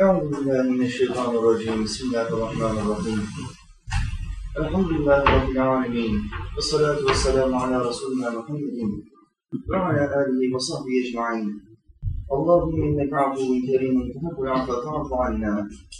أعوذ بالله من الشيطان الرجيم بسم الله الرحمن الرحيم الحمد لله رب العالمين والصلاة والسلام على رسولنا محمد وعلى آله وصحبه أجمعين اللهم إنك عفو كريم تحب العفو فاعف عنا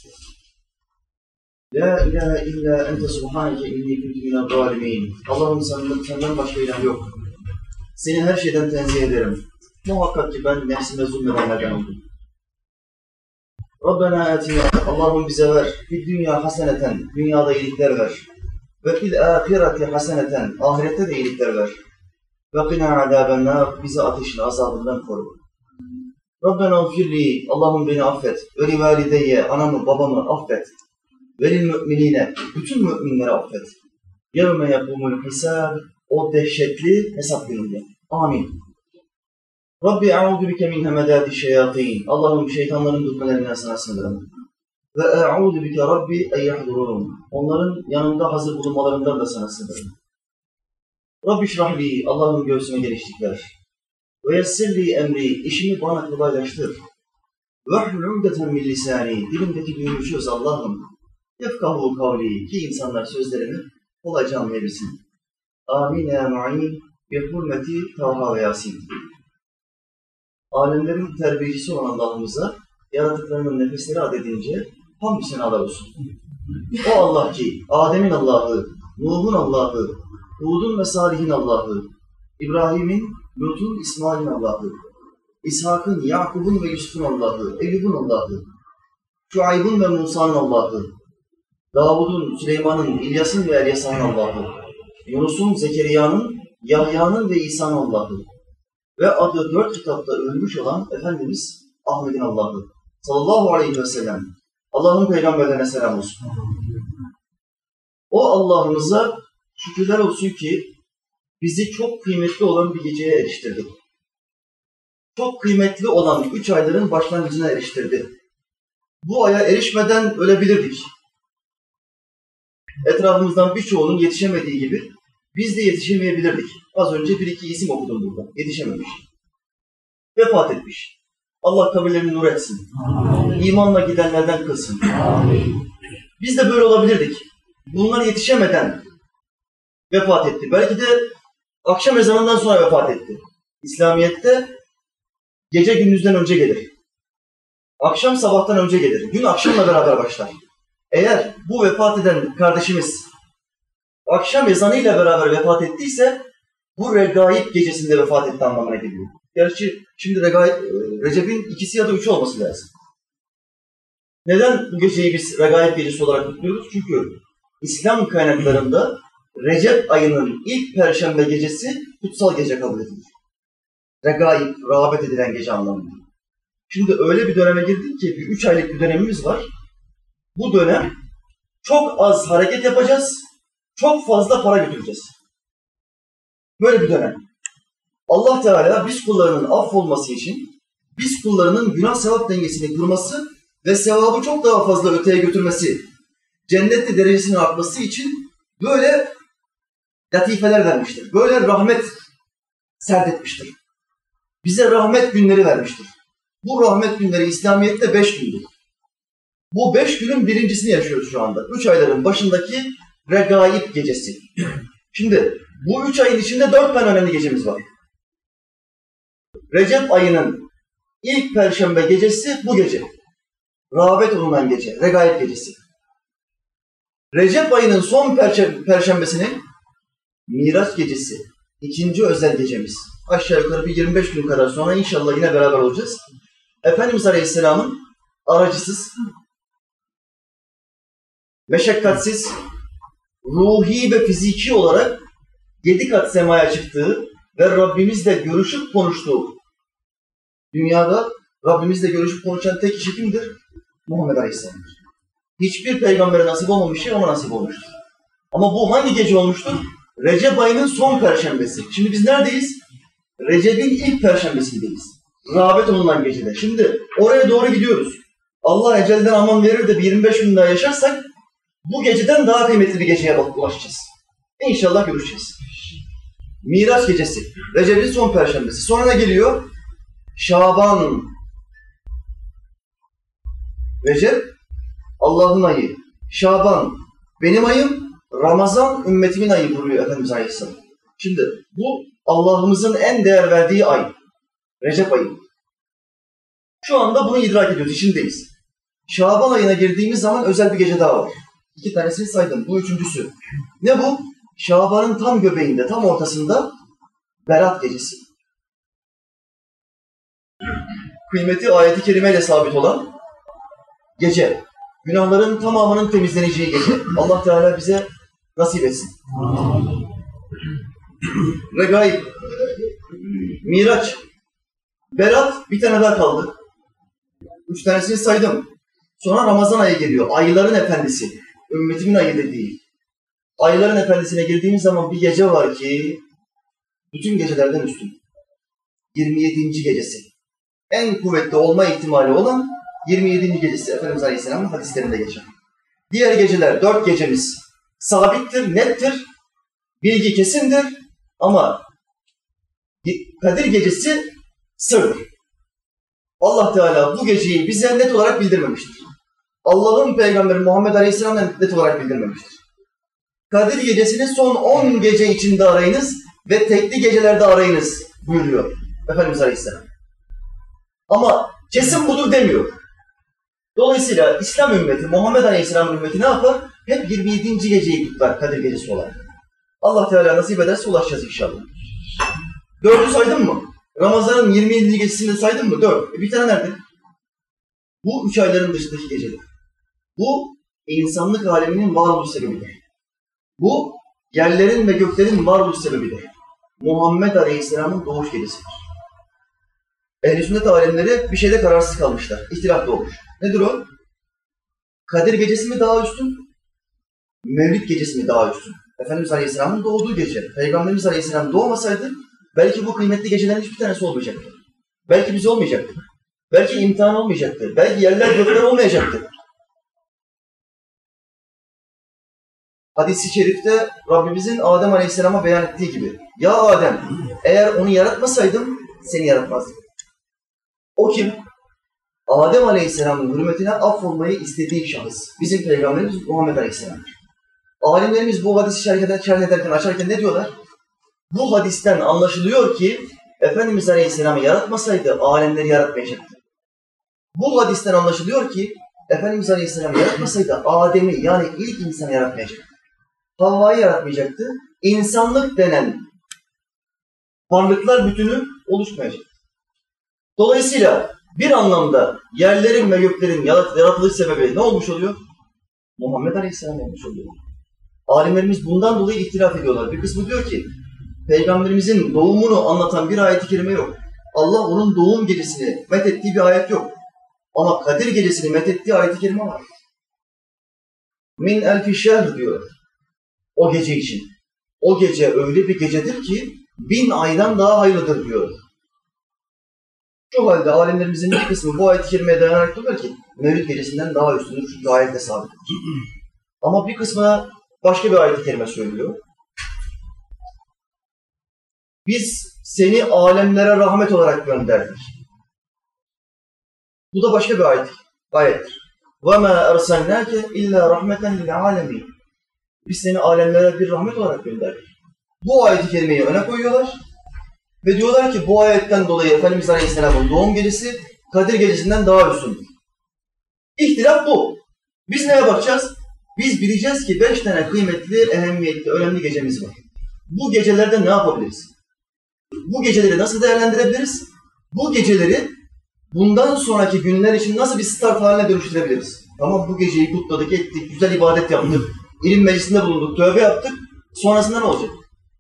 La ilahe illa ente subhaneke inni kuntu minel zalimin. Allah'ım senden başka ilah yok. Seni her şeyden tenzih ederim. Muhakkak ki ben nefsime zulmedenlerden oldum. Rabbena atina, Allah'ım bize ver. Fid dünya haseneten, dünyada iyilikler ver. Ve fil ahireti haseneten, ahirette de iyilikler ver. Ve qina azabennar, bizi ateşin azabından koru. Rabbena ufirli, Allah'ım beni affet. Ve li valideyye, anamı babamı affet. Velil müminine, bütün müminleri affet. Yevme yakumul hisab, o dehşetli hesap gününde. Amin. Rabbi e'udu bike min hemedati şeyatin. Allah'ım şeytanların dürtmelerinden sana sığınırım. Ve e'udu bike Rabbi en yahdurun. Onların yanında hazır bulunmalarından da sana sığınırım. Rabbi şrahli, Allah'ım göğsüme genişlik ver. Ve yessirli emri, işimi bana kolaylaştır. Ve hlûdeten min lisani, dilimdeki düğümü çöz Allah'ım. Yefkahu kavli, ki insanlar sözlerimi kolayca anlayabilsin. Amin ya mu'in, bi hurmeti Taha ve Yasin. Alemlerin terbiyecisi olan Allah'ımıza, yaratıklarının nefesleri adedince hamdü senalar olsun. O Allah ki, Adem'in Allah'ı, Nuh'un Allah'ı, Hud'un ve Salih'in Allah'ı, İbrahim'in, Lut'un, İsmail'in Allah'ı, İshak'ın, Yakub'un ve Yusuf'un Allah'ı, Eyyub'un Allah'ı, Şuayb'ın ve Musa'nın Allah'ı, Davud'un, Süleyman'ın, İlyas'ın ve Elyasa'nın Allah'ı, Yunus'un, Zekeriya'nın, Yahya'nın ve İsa'nın Allah'ı ve adı 4 kitapta ölmüş olan Efendimiz Ahmet'in Allah'ı sallallahu aleyhi ve sellem. Allah'ın peygamberlerine selam olsun. O Allah'ımıza şükürler olsun ki bizi çok kıymetli olan bir geceye eriştirdi. Çok kıymetli olan 3 ayların başlangıcına eriştirdi. Bu aya erişmeden ölebilirdik. Etrafımızdan birçoğunun yetişemediği gibi biz de yetişemeyebilirdik. Az önce bir iki isim okudum burada. Yetişememiş. Vefat etmiş. Allah kabirlerini nur etsin. Amin. İmanla gidenlerden kılsın. Amin. Biz de böyle olabilirdik. Bunlar yetişemeden vefat etti. Belki de akşam ezanından sonra vefat etti. İslamiyet'te gece gündüzden önce gelir. Akşam sabahtan önce gelir. Gün akşamla beraber başlar. Eğer bu vefat eden kardeşimiz akşam ezanıyla beraber vefat ettiyse bu regaib gecesinde vefat etti anlamına geliyor. Gerçi şimdi Recep'in 2'si ya da 3'ü olması lazım. Neden bu geceyi biz regaib gecesi olarak kutluyoruz? Çünkü İslam kaynaklarında Recep ayının ilk perşembe gecesi kutsal gece kabul edilir. Regaib, rağbet edilen gece anlamında. Şimdi öyle bir döneme girdik ki 3 aylık bir dönemimiz var. Bu dönem çok az hareket yapacağız, çok fazla para götüreceğiz. Böyle bir dönem. Allah Teala biz kullarının affolması için, biz kullarının günah sevap dengesini kurması ve sevabı çok daha fazla öteye götürmesi, cennette derecesinin artması için böyle latifeler vermiştir. Böyle rahmet serdetmiştir. Bize rahmet günleri vermiştir. Bu rahmet günleri İslamiyet'te 5 gündür. Bu 5 günün birincisini yaşıyoruz şu anda. 3 ayların başındaki regaib gecesi. Şimdi bu 3 ayın içinde 4 tane önemli gecemiz var. Recep ayının ilk perşembe gecesi bu gece. Rağbet olunan gece, regaib gecesi. Recep ayının son perşembesinin Miraç gecesi. 2. özel gecemiz. Aşağı yukarı bir 25 gün kadar sonra inşallah yine beraber olacağız. Efendimiz Aleyhisselam'ın aracısız, meşakkatsiz, ruhi ve fiziki olarak 7 kat semaya çıktığı ve Rabbimizle görüşüp konuştuğu, dünyada Rabbimizle görüşüp konuşan tek kişi kimdir? Muhammed Aleyhisselam'dır. Hiçbir peygambere nasip olmamış şey ona nasip olmuştur. Ama bu hangi gece olmuştur? Recep ayının son perşembesi. Şimdi biz neredeyiz? Recep'in ilk perşembesindeyiz. Rağbet olunan gecede. Şimdi oraya doğru gidiyoruz. Allah ecelden aman verir de bir 25 gün daha yaşarsak bu geceden daha kıymetli bir geceye ulaşacağız. İnşallah görüşeceğiz. Miraç gecesi. Recep'in son perşembesi. Sonra ne geliyor? Şaban. Recep, Allah'ın ayı. Şaban, benim ayım. Ramazan, ümmetimin ayı buyuruyor Efendimiz Aleyhisselam. Şimdi bu Allah'ımızın en değer verdiği ay. Recep ayı. Şu anda bunu idrak ediyoruz, içindeyiz. Şaban ayına girdiğimiz zaman özel bir gece daha var. 2 tanesini saydım, bu 3.'sü. Ne bu? Şaban'ın tam göbeğinde, tam ortasında Berat gecesi. Kıymeti ayet-i kerimeyle sabit olan gece. Günahların tamamının temizleneceği gece. Allah Teala bize nasip etsin. Regaib, Miraç, Berat, bir tane daha kaldı. 3 tanesini saydım. Sonra Ramazan ayı geliyor. Ayların efendisi. Ümmetimin ayı dediği. Ayların efendisine girdiğimiz zaman bir gece var ki bütün gecelerden üstün. 27. gecesi. En kuvvetli olma ihtimali olan 27. gecesi. Efendimiz Aleyhisselam'ın hadislerinde geçer. Diğer geceler, 4 gecemiz sabittir, nettir. Bilgi kesindir. Ama Kadir gecesi sırdır. Allah Teala bu geceyi bize net olarak bildirmemiştir. Allah'ın Peygamberi Muhammed Aleyhisselam'dan net olarak bildirmemiştir. Kadir gecesini son 10 gece içinde arayınız ve tekli gecelerde arayınız buyuruyor Efendimiz Aleyhisselam. Ama kesin budur demiyor. Dolayısıyla İslam ümmeti, Muhammed Aleyhisselam ümmeti ne yapar? Hep 27. geceyi kutlar Kadir gecesi olarak. Allah Teala nasip ederse ulaşacağız inşallah. 4'ü saydın mı? Ramazan'ın 27. gecesini saydın mı? 4. Bir tane nerede? Bu 3 ayların dışındaki geceler. Bu insanlık aleminin varoluş sebebidir. Bu yerlerin ve göklerin varoluş sebebidir. Muhammed Aleyhisselam'ın doğuş gecesidir. Ehl-i sünnet alemleri bir şeyde kararsız kalmışlar. İhtilaf doğmuş. Nedir o? Kadir gecesi mi daha üstün? Mevlid gecesi mi daha üstün? Efendimiz Aleyhisselam'ın doğduğu gece. Peygamberimiz Aleyhisselam doğmasaydı belki bu kıymetli gecelerin hiçbir tanesi olmayacaktı. Belki bize olmayacaktı. Belki imtihan olmayacaktı. Belki yerler gökler olmayacaktı. Hadis-i şerifte Rabbimizin Adem Aleyhisselam'a beyan ettiği gibi. Ya Adem, eğer onu yaratmasaydım seni yaratmazdım. O kim? Adem Aleyhisselam'ın hürmetine affolmayı istediği şahıs. Bizim Peygamberimiz Muhammed Aleyhisselam'dır. Alimlerimiz bu hadisi şerh ederken, açarken ne diyorlar? Bu hadisten anlaşılıyor ki Efendimiz Aleyhisselam'ı yaratmasaydı alemleri yaratmayacaktı. Bu hadisten anlaşılıyor ki Efendimiz Aleyhisselam'ı yaratmasaydı Adem'i yani ilk insanı yaratmayacaktı. Havva'yı yaratmayacaktı. İnsanlık denen varlıklar bütünü oluşmayacaktı. Dolayısıyla bir anlamda yerlerin ve göklerin yaratılış sebebi ne olmuş oluyor? Muhammed Aleyhisselam olmuş oluyor. Alimlerimiz bundan dolayı ihtilaf ediyorlar. Bir kısmı diyor ki Peygamberimizin doğumunu anlatan bir ayet-i kerime yok. Allah onun doğum gecesini methettiği bir ayet yok. Ama Kadir gecesini methettiği ayet-i kerime var. Min elfi şehr diyor o gece için. O gece öyle bir gecedir ki 1000 aydan daha hayırlıdır diyor. Şu halde alimlerimizin bir kısmı bu ayet-i kerimeye dayanarak diyorlar ki Mevlid gecesinden daha üstündür çünkü ayette sabit. Ama bir kısmına başka bir ayet-i kerime söylüyor. Biz seni alemlere rahmet olarak gönderdik. Bu da başka bir ayettir. وَمَا اَرْسَلْنَاكَ اِلَّا رَحْمَةً لِلْعَالَمِينَ. Biz seni alemlere bir rahmet olarak gönderdik. Bu ayet-i kerimeyi öne koyuyorlar ve diyorlar ki bu ayetten dolayı Efendimiz Aleyhisselam'ın doğum gecesi Kadir gecesinden daha üstündür. İhtilaf bu. Biz neye bakacağız? Biz bileceğiz ki 5 tane kıymetli, ehemmiyetli, önemli gecemiz var. Bu gecelerde ne yapabiliriz? Bu geceleri nasıl değerlendirebiliriz? Bu geceleri bundan sonraki günler için nasıl bir start haline dönüştürebiliriz? Tamam bu geceyi kutladık, ettik, güzel ibadet yaptık, ilim meclisinde bulunduk, tövbe yaptık. Sonrasında ne olacak?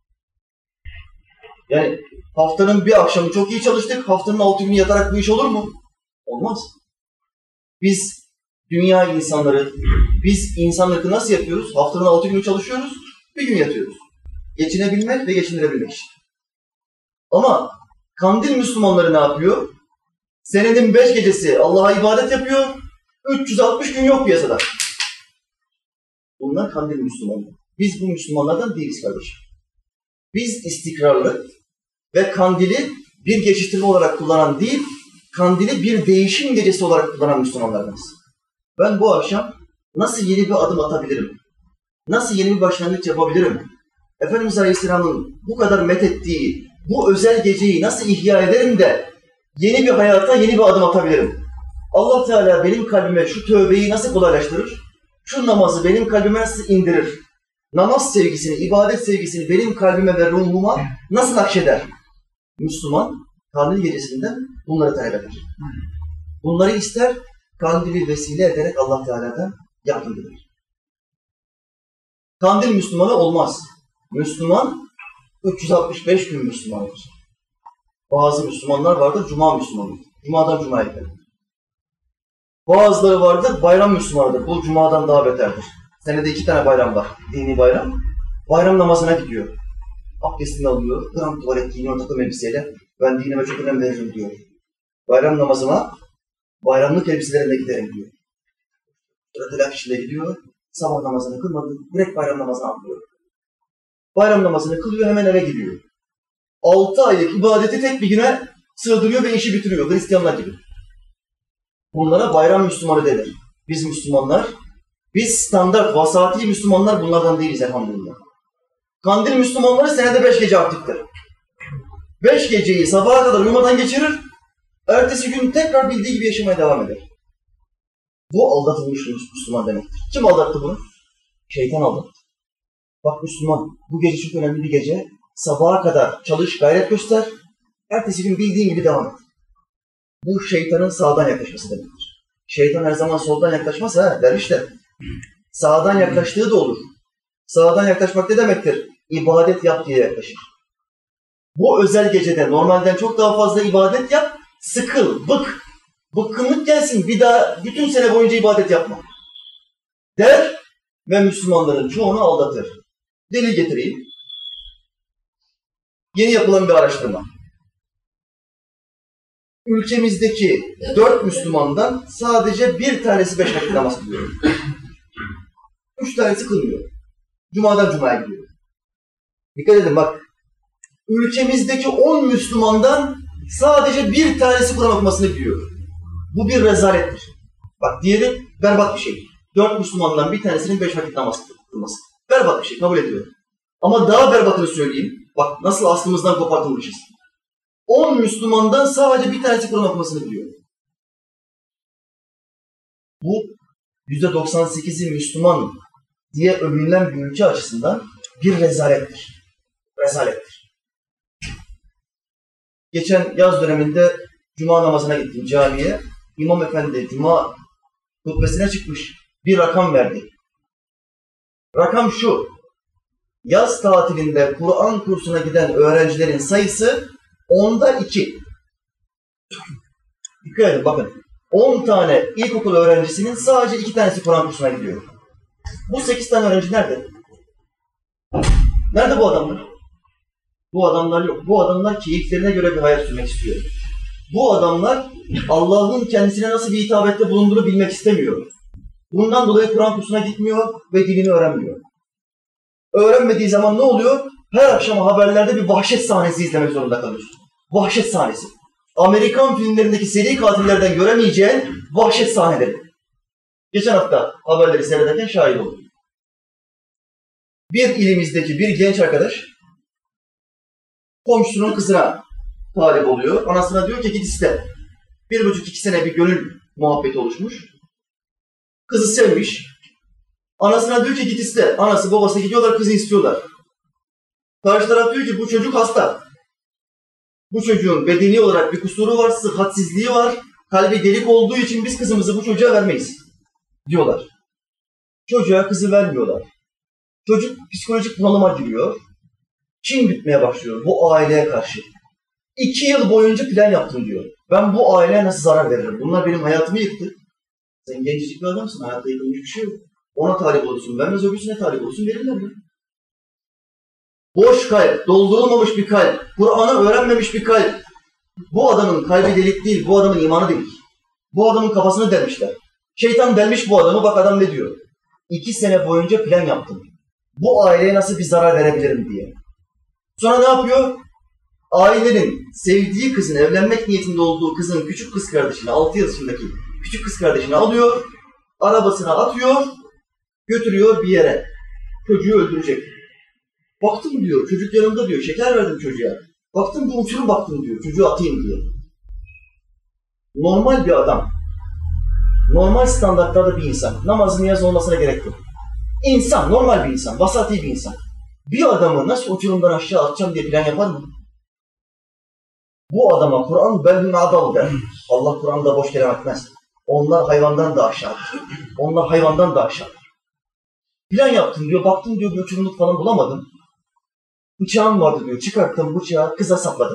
Yani haftanın bir akşamı çok iyi çalıştık, haftanın 6 günü yatarak bu iş olur mu? Olmaz. Biz dünya insanları, biz insanlıkı nasıl yapıyoruz? Haftanın 6 günü çalışıyoruz, bir gün yatıyoruz. Geçinebilmek ve geçindirebilmek için. Ama Kandil Müslümanları ne yapıyor? Senenin 5 gecesi Allah'a ibadet yapıyor, 360 gün yok piyasada. Bunlar Kandil Müslümanları. Biz bu Müslümanlardan değiliz kardeşim. Biz istikrarlı ve Kandil'i bir geçiştirme olarak kullanan değil, Kandil'i bir değişim gecesi olarak kullanan Müslümanlardanız. Ben bu akşam nasıl yeni bir adım atabilirim? Nasıl yeni bir başlangıç yapabilirim? Efendimiz Aleyhisselam'ın bu kadar methettiği bu özel geceyi nasıl ihya ederim de yeni bir hayata yeni bir adım atabilirim? Allah Teala benim kalbime şu tövbeyi nasıl kolaylaştırır? Şu namazı benim kalbime nasıl indirir? Namaz sevgisini, ibadet sevgisini benim kalbime ve ruhuma nasıl nakşeder? Müslüman Kandil gecesinden bunları talep eder. Bunları ister, kandili vesile ederek Allah Teala'dan yardım diler. Kandil Müslümanı olmaz. Müslüman 365 gün Müslüman olur. Bazı Müslümanlar vardır, Cuma Müslümanı. Cuma'dan Cuma'ya gider. Bazıları vardır, bayram Müslümanıdır. Bu Cuma'dan daha beterdir. Senede 2 tane bayram var, dini bayram. Bayram namazına gidiyor. Abdestini alıyor, gram tuvalet giyiniyor takım elbiseyle. Ben dinime çok önem veririm diyor. Bayram namazıma, bayramlık elbiselerinde giderim diyor. Telaş içinde gidiyor, sabah namazını kılmadı, direkt bayram namazını atlıyor. Bayram namazını kılıyor, hemen eve gidiyor. 6 aylık ibadeti tek bir güne sığdırıyor ve işi bitiriyor, Hristiyanlar gibi. Bunlara bayram Müslümanı denir. Biz Müslümanlar, biz standart, vasati Müslümanlar bunlardan değiliz elhamdülillah. Kandil Müslümanları senede 5 gece aktiftir. 5 geceyi sabaha kadar uyumadan geçirir, ertesi gün tekrar bildiği gibi yaşamaya devam eder. Bu aldatılmış Müslüman demektir. Kim aldattı bunu? Şeytan aldattı. Bak Müslüman, bu gece çok önemli bir gece, sabaha kadar çalış, gayret göster, ertesi gün bildiğin gibi devam et. Bu şeytanın sağdan yaklaşması demektir. Şeytan her zaman soldan yaklaşmaz dervişler. Sağdan yaklaştığı da olur. Sağdan yaklaşmak ne demektir? İbadet yap diye yaklaşır. Bu özel gecede normalden çok daha fazla ibadet yap, sıkıl, bık. Bıkkınlık gelsin, bir daha bütün sene boyunca ibadet yapma. Der ve Müslümanların çoğunu aldatır. Delil getireyim. Yeni yapılan bir araştırma. Ülkemizdeki 4 Müslümandan sadece bir tanesi 5 vakit namaz kılıyor. 3 tanesi kılmıyor. Cuma'dan Cuma'ya gidiyor. Dikkat edin bak. Ülkemizdeki 10 Müslümandan sadece bir tanesi Kur'an okumasını biliyor. Bu bir rezalettir. Bak diğeri berbat bir şey. 4 Müslümandan bir tanesinin 5 vakit namaz kılması. Berbat bir şey, kabul ediyorum. Ama daha berbatını söyleyeyim. Bak nasıl aslımızdan kopartılmışız. 10 Müslümandan sadece bir tanesi Kur'an okumasını biliyor. Bu %98'i Müslüman diye övülen bir ülke açısından bir rezalettir. Rezalettir. Geçen yaz döneminde Cuma namazına gittim camiye. İmam Efendi Cuma hutbesine çıkmış. Bir rakam verdi. Rakam şu. Yaz tatilinde Kur'an kursuna giden öğrencilerin sayısı 10'da 2. Dikkat edin bakın. 10 tane ilkokul öğrencisinin sadece 2 tanesi Kur'an kursuna gidiyor. Bu 8 tane öğrenci nerede? Nerede bu adamlar? Bu adamlar yok. Bu adamlar keyiflerine göre bir hayat sürmek istiyor. Bu adamlar Allah'ın kendisine nasıl bir hitabette bulunduğunu bilmek istemiyor. Bundan dolayı Kur'an kursuna gitmiyor ve dilini öğrenmiyor. Öğrenmediği zaman ne oluyor? Her akşam haberlerde bir vahşet sahnesi izlemek zorunda kalıyorsun. Vahşet sahnesi. Amerikan filmlerindeki seri katillerden göremeyeceğin vahşet sahneleri. Geçen hafta haberleri seyrederken şahit oldum. Bir ilimizdeki bir genç arkadaş komşusunun kızına talip oluyor. Anasına diyor ki git iste. 1,5-2 sene bir gönül muhabbeti oluşmuş. Kızı sevmiş. Anasına diyor ki git iste. Anası babası gidiyorlar kızı istiyorlar. Karşı taraf diyor ki bu çocuk hasta. Bu çocuğun bedeni olarak bir kusuru var, sıhhatsizliği var. Kalbi delik olduğu için biz kızımızı bu çocuğa vermeyiz diyorlar. Çocuğa kızı vermiyorlar. Çocuk psikolojik bunalıma giriyor. Kin gütmeye başlıyor bu aileye karşı. 2 yıl boyunca plan yaptım diyor. Ben bu aileye nasıl zarar veririm? Bunlar benim hayatımı yıktı. Sen gencecik bir adamsın, hayatta yıkılmış bir şey yok. Ona talip olursun, vermez öbürsüne talip olursun, verirler mi? Boş kalp, doldurulmamış bir kalp, Kur'an'ı öğrenmemiş bir kalp. Bu adamın kalbi delik değil, bu adamın imanı delik. Bu adamın kafasını delmişler. Şeytan delmiş bu adamı, bak adam ne diyor? 2 sene boyunca plan yaptım. Bu aileye nasıl bir zarar verebilirim diye. Sonra ne yapıyor? Ailenin sevdiği kızın, evlenmek niyetinde olduğu kızın küçük kız kardeşini, 6 yaşındaki küçük kız kardeşini alıyor. Arabasına atıyor, götürüyor bir yere. Çocuğu öldürecek. Baktım diyor, çocuk yanımda diyor, şeker verdim çocuğa. Baktım bir uçurum baktım diyor, çocuğu atayım diye. Normal bir adam, normal standartlarda bir insan, namazı niyaz olmasına gerek yok. İnsan, normal bir insan, vasati bir insan. Bir adamı nasıl uçurumdan aşağı atacağım diye plan yapar mı? Bu adama Kur'an belhum adal der. Allah Kur'an'da boş kelam etmez. Onlar hayvandan da aşağıdır. Onlar hayvandan da aşağıdır. Plan yaptım diyor, baktım diyor, bir uçurumluk falan bulamadım. Bıçağım vardı diyor, çıkarttım bıçağı, kıza sapladım.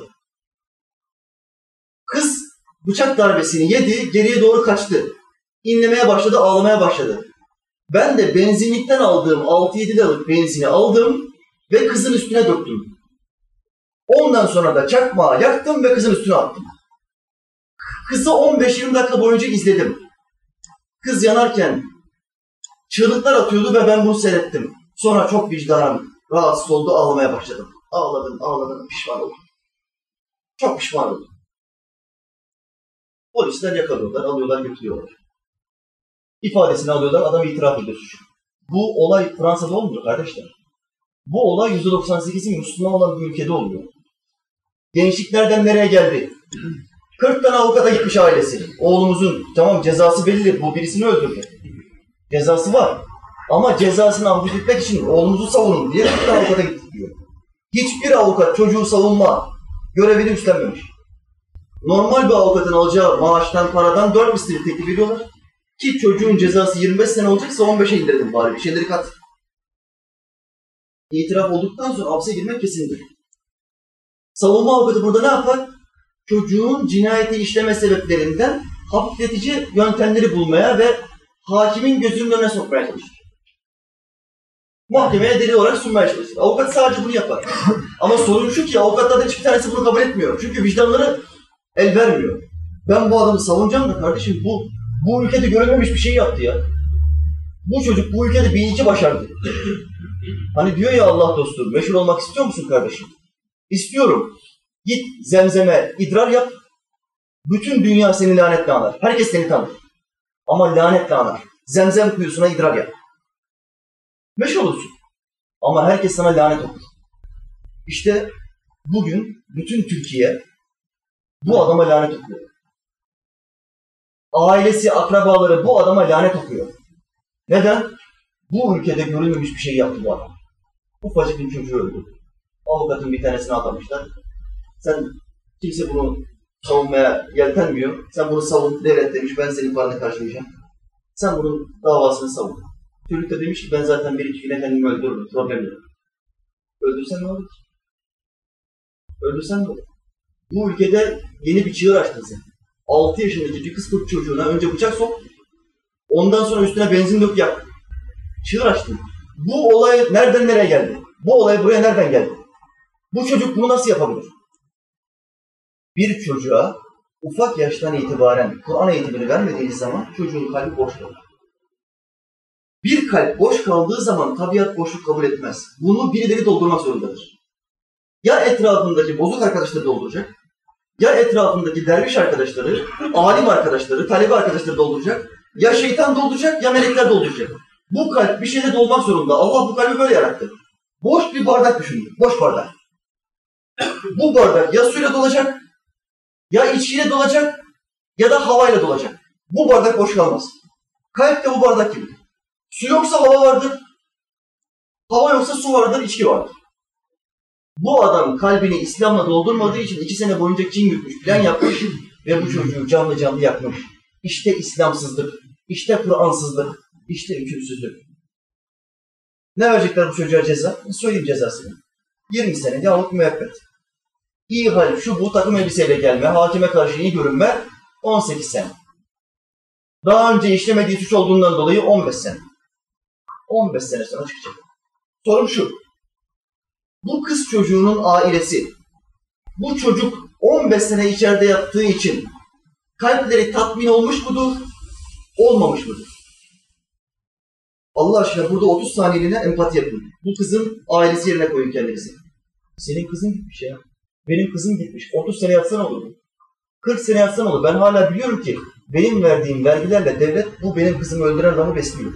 Kız bıçak darbesini yedi, geriye doğru kaçtı. İnlemeye başladı, ağlamaya başladı. Ben de benzinlikten aldığım 6-7 liralık benzini aldım ve kızın üstüne döktüm. Ondan sonra da çakmağı yaktım ve kızın üstüne attım. Kızı 15-20 dakika boyunca izledim. Kız yanarken çığlıklar atıyordu ve ben bunu seyrettim. Sonra çok vicdanım rahatsız oldu, ağlamaya başladım. Ağladım, pişman oldum. Çok pişman oldum. Polisler yakalıyorlar, alıyorlar, götürüyorlar. İfadesini alıyorlar, adam itiraf ediyor suçu. Bu olay Fransa'da olmuyor kardeşler. Bu olay %98'in Müslüman olan bir ülkede oluyor. Gençlik nereden nereye geldi? 40 tane avukata gitmiş ailesi. Oğlumuzun, tamam cezası belli, bu birisini öldürdü. Cezası var. Ama cezasını hafifletmek için oğlumuzu savunun diye 40 tane avukata gittik diyor. Hiçbir avukat çocuğu savunma görevini üstlenmemiş. Normal bir avukatın alacağı maaştan, paradan 4 misli teklif veriyorlar. Ki çocuğun cezası 25 sene olacaksa 15'e indirdim bari. Bir şeyleri kat. İtiraf olduktan sonra hapse girmek kesindir. Savunma avukatı burada ne yapar? Çocuğun cinayeti işleme sebeplerinden hafifletici yöntemleri bulmaya ve hakimin gözünün önüne sokmaya çalışır. Mahkemeye delil olarak sunmaya çalışır. Avukat sadece bunu yapar. Ama sorun şu ki avukatlardan hiçbir tanesi bunu kabul etmiyor. Çünkü vicdanları el vermiyor. Ben bu adamı savunacağım da kardeşim bu ülkede görülmemiş bir şey yaptı ya. Bu çocuk bu ülkede bir ilki başardı. Hani diyor ya Allah dostu, meşhur olmak istiyor musun kardeşim? İstiyorum. Git Zemzem'e idrar yap. Bütün dünya seni lanetle anar. Herkes seni tanır. Ama lanetle anar. Zemzem kuyusuna idrar yap. Meşhur olursun. Ama herkes sana lanet okur. İşte bugün bütün Türkiye bu adama lanet okuyor. Ailesi, akrabaları bu adama lanet okuyor. Neden? Bu ülkede görülmemiş bir şey yaptı bu adam. Ufacık bir çocuğu öldürdü. Avukatın bir tanesini atamışlar. Kimse bunu savunmaya yeltenmiyor. Sen bunu savun, devlet demiş, ben senin paranı karşılayacağım. Sen bunun davasını savun. Çocuk da demiş ki ben zaten bir iki güne kendimi öldürürüm, problem yok. Öldürsen ne olur ki? Öldürsen ne olur? Bu ülkede yeni bir çığır açtın sen. 6 yaşındaki bir kız çocuğuna önce bıçak sok, ondan sonra üstüne benzin dök yak. Çığır açtın. Bu olay nereden nereye geldi? Bu olay buraya nereden geldi? Bu çocuk bunu nasıl yapabilir? Bir çocuğa ufak yaştan itibaren Kur'an eğitimini vermediğiniz zaman çocuğun kalbi boş kalır. Bir kalp boş kaldığı zaman tabiat boşluk kabul etmez. Bunu birileri doldurmak zorundadır. Ya etrafındaki bozuk arkadaşları dolduracak, ya etrafındaki derviş arkadaşları, alim arkadaşları, talebe arkadaşları dolduracak, ya şeytan dolduracak, ya melekler dolduracak. Bu kalp bir şeyle dolmak zorunda. Allah bu kalbi böyle yarattı. Boş bir bardak düşünün, boş bardak. Bu bardak ya suyla dolacak, ya içkiyle dolacak, ya da havayla dolacak. Bu bardak boş kalmaz. Kalp de bu bardak gibi. Su yoksa hava vardır, hava yoksa su vardır, içki vardır. Bu adam kalbini İslam'la doldurmadığı için 2 sene boyunca kin gütmüş, plan yapmış ve bu çocuğu canlı canlı yakmış. İşte İslamsızlık, işte Kur'ansızlık, işte hükümsüzlük. Ne verecekler bu çocuğa ceza? Söyleyeyim cezasını. 20 sene yahut müebbet. İyi hal, şu bu takım elbiseyle gelme, hakime karşı iyi görünme, 18 sene. Daha önce işlemediği suç olduğundan dolayı 15 sene. 15 sene sonra çıkacak. Sorum şu. Bu kız çocuğunun ailesi, bu çocuk 15 sene içeride yattığı için kalpleri tatmin olmuş mudur, olmamış mıdır? Allah aşkına burada 30 saniyeliğine empati yapın. Bu kızın ailesi yerine koyun kendinizi. Senin kızın gitmiş ya. Benim kızım gitmiş. 30 sene yatsa ne olur? 40 sene yatsa ne olur? Ben hala biliyorum ki benim verdiğim vergilerle devlet bu benim kızımı öldüren adamı besliyor.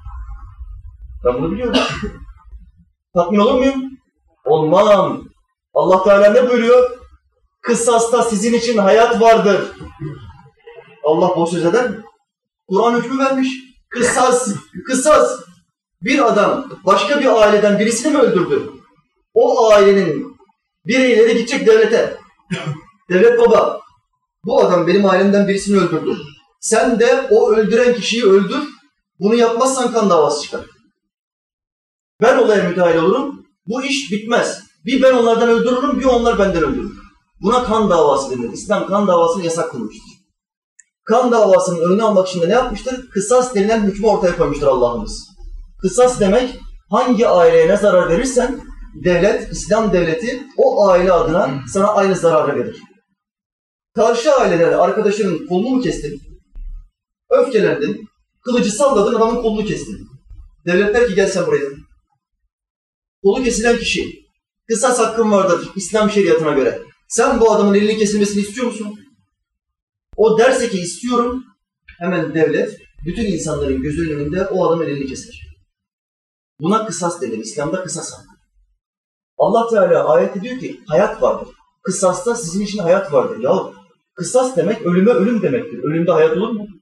Ben bunu biliyorum. Tatmin olur muyum? Olmam. Allah Teala ne buyuruyor? Kısasta sizin için hayat vardır. Allah boş söz eder mi? Kur'an hükmü vermiş. Kısas. Bir adam başka bir aileden birisini mi öldürdü? O ailenin bireyleri gidecek devlete. Devlet baba, bu adam benim ailemden birisini öldürdü. Sen de o öldüren kişiyi öldür. Bunu yapmazsan kan davası çıkar. Ben olaya müdahil olurum. Bu iş bitmez. Bir ben onlardan öldürürüm, bir onlar benden öldürür. Buna kan davası denir. İslam kan davasını yasak kılmıştır. Kan davasının önüne almak için de ne yapmıştır? Kısas denilen hükmü ortaya koymuştur Allah'ımız. Kısas demek, hangi aileye ne zarar verirsen, devlet, İslam devleti o aile adına sana aynı zararı verir. Karşı ailelere arkadaşının kolunu mu kestin? Öfkelendin, kılıcı salladın, adamın kolunu kestin. Devlet der ki gel sen buraya. Kolu kesilen kişi, kısas hakkın vardır İslam şeriatına göre. Sen bu adamın elinin kesilmesini istiyor musun? O derse ki istiyorum, hemen devlet bütün insanların gözünün önünde o adamın elini keser. Buna kısas denir. İslam'da kısas hakkı. Allah Teala ayette diyor ki hayat vardır. Kısasta sizin için hayat vardır. Ya kısas demek ölüme ölüm demektir. Ölümde hayat olur mu?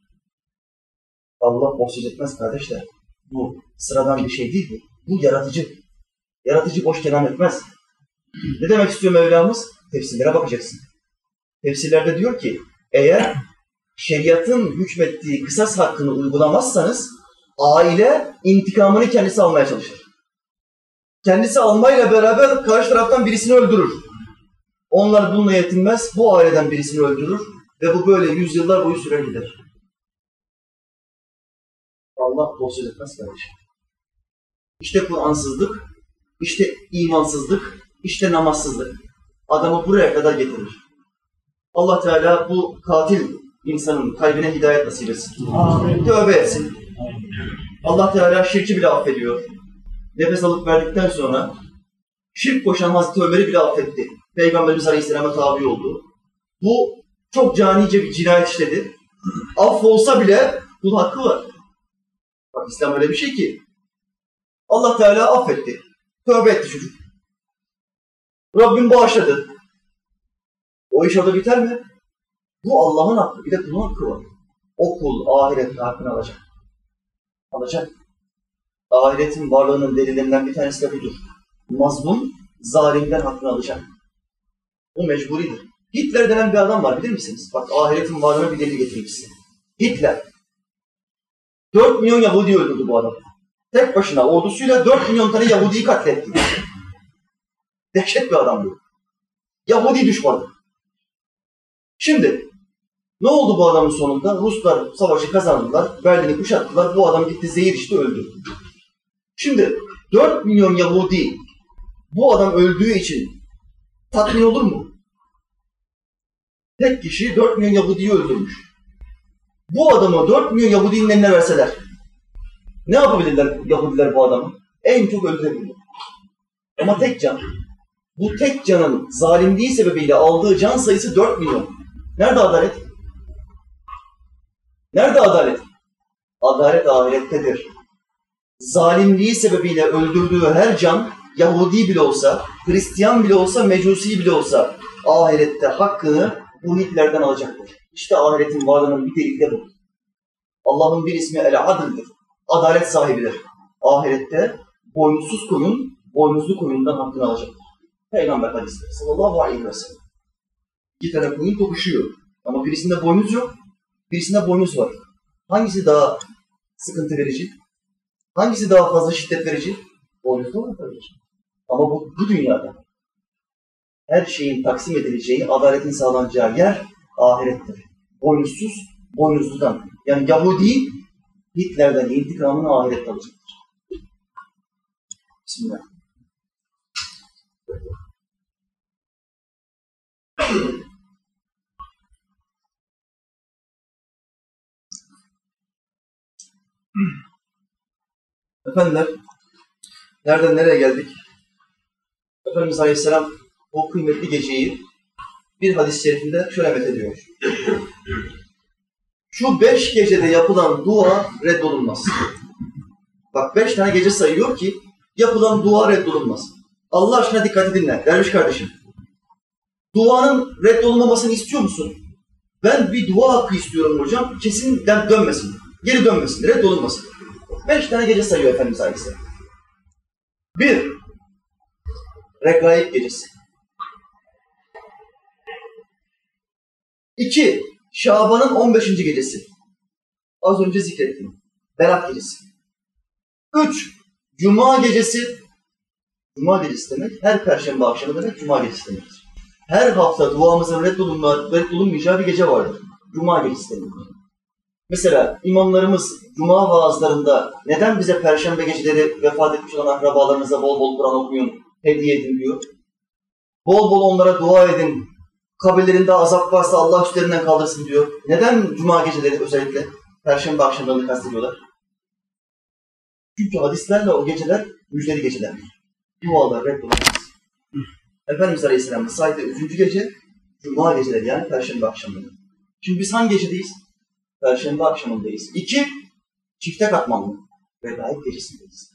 Allah boş söz etmez kardeşler. Bu sıradan bir şey değil bu. Bu yaratıcı. Yaratıcı boş kelam etmez. Ne demek istiyor Mevlamız? Tefsirlere bakacaksın. Tefsirlerde diyor ki eğer şeriatın hükmettiği kısas hakkını uygulamazsanız aile intikamını kendisi almaya çalışır. Kendisi almayla beraber karşı taraftan birisini öldürür. Onlar bununla yetinmez, bu aileden birisini öldürür ve bu böyle yüzyıllar boyu sürer gider. Allah boş söz etmez kardeşim. İşte Kur'ansızlık, işte imansızlık, işte namazsızlık. Adamı buraya kadar getirir. Allah Teala bu katil insanın kalbine hidayet nasip etsin. Amin. Tövbe etsin. Allah Teala şirki bile affediyor. Nefes alıp verdikten sonra şirk koşan Hazreti Ömer'i bile affetti. Peygamberimiz Aleyhisselam'a tabi oldu. Bu çok canice bir cinayet işledi. Affolsa bile bunun hakkı var. Bak İslam öyle bir şey ki Allah Teala affetti. Tövbe etti çocuk. Rabbim bağışladı. O iş orada biter mi? Bu Allah'ın hakkı. Bir de kulun hakkı var. O kul ahirette hakkını alacak. Alacak. Ahiretin varlığının delillerinden bir tanesi de budur. Mazlum, zalimden hakkını alacak. Bu mecburidir. Hitler denen bir adam var bilir misiniz? Bak ahiretin varlığına bir delil getireyim size. Hitler. 4 milyon Yahudi öldürdü bu adam. Tek başına ordusuyla 4 milyon tane Yahudi'yi katletti. Dehşet bir adam bu. Yahudi düşmanı. Şimdi ne oldu bu adamın sonunda? Ruslar savaşı kazandılar, Berlin'i kuşattılar, bu adam gitti zehir içti öldü. Şimdi 4 milyon Yahudi bu adam öldüğü için tatmin olur mu? Tek kişi 4 milyon Yahudi'yi öldürmüş. Bu adamı 4 milyon Yahudi'nin eline verseler, ne yapabilirler Yahudiler bu adamı? En çok öldürebilirler. Ama tek can. Bu tek canın zalimliği sebebiyle aldığı can sayısı 4 milyon. Nerede adalet? Nerede adalet? Adalet ahirettedir. Zalimliği sebebiyle öldürdüğü her can, Yahudi bile olsa, Hristiyan bile olsa, Mecusi bile olsa ahirette hakkını bu Hitler'den alacaktır. İşte ahiretin varlığının bir delili de bu. Allah'ın bir ismi El-Adil'dir. Adalet sahibidir. Ahirette boynuzsuz koyun, boynuzlu koyundan hakkını alacaktır. Peygamber hadisleri sallallahu aleyhi ve sellem. 2 tane koyun tokuşuyor. Ama birisinde boynuz yok, birisinde boynuz var. Hangisi daha sıkıntı verici? Hangisi daha fazla şiddet verici? Boynuzlu olan tabii ki. Ama bu dünyada her şeyin taksim edileceği, adaletin sağlanacağı yer ahirettir. Boynuzsuz, boynuzludan. Yani Yahudi Hitler'den intikamını ahirette alacaktır. Bismillah. Efendiler, nereden nereye geldik? Efendimiz Aleyhisselam o kıymetli geceyi bir hadis-i şerifinde şöyle methediyor. Şu 5 gecede yapılan dua reddolunmaz. Bak 5 tane gece sayıyor ki yapılan dua reddolunmaz. Allah aşkına dikkati dinle derviş kardeşim. Duanın reddolunmamasını istiyor musun? Ben bir dua hakkı istiyorum hocam. Kesin dönmesin. Geri dönmesin. Reddolunmasın. 5 tane gece sayıyor Efendimiz Aleyhisselam. 1. Regaib gecesi. 2. Şaban'ın 15. gecesi. Az önce zikrettim. Berat gecesi. 3. Cuma gecesi. Cuma gecesi demek her perşembe akşamı demek Cuma gecesi demektir. Her hafta duamızın reddolunmayacağı bir gece vardır. Cuma gecesi demek. Mesela imamlarımız Cuma vaazlarında neden bize perşembe geceleri vefat etmiş olan akrabalarınıza bol bol Kur'an okuyun, hediye edin diyor. Bol bol onlara dua edin. Kabirlerinde azap varsa Allah üstlerinden kaldırsın diyor. Neden Cuma geceleri özellikle perşembe akşamlarını kastediyorlar? Çünkü hadislerle o geceler müjdeli gecelerdir. Dualar reddolunmaz. Efendimiz Aleyhisselam'ın saydığı 3. gece Cuma geceleri yani perşembe akşamları. Şimdi biz hangi gecedeyiz? Perşembe akşamındayız. 2. Çifte katmanlı. Regaib gecesindeyiz.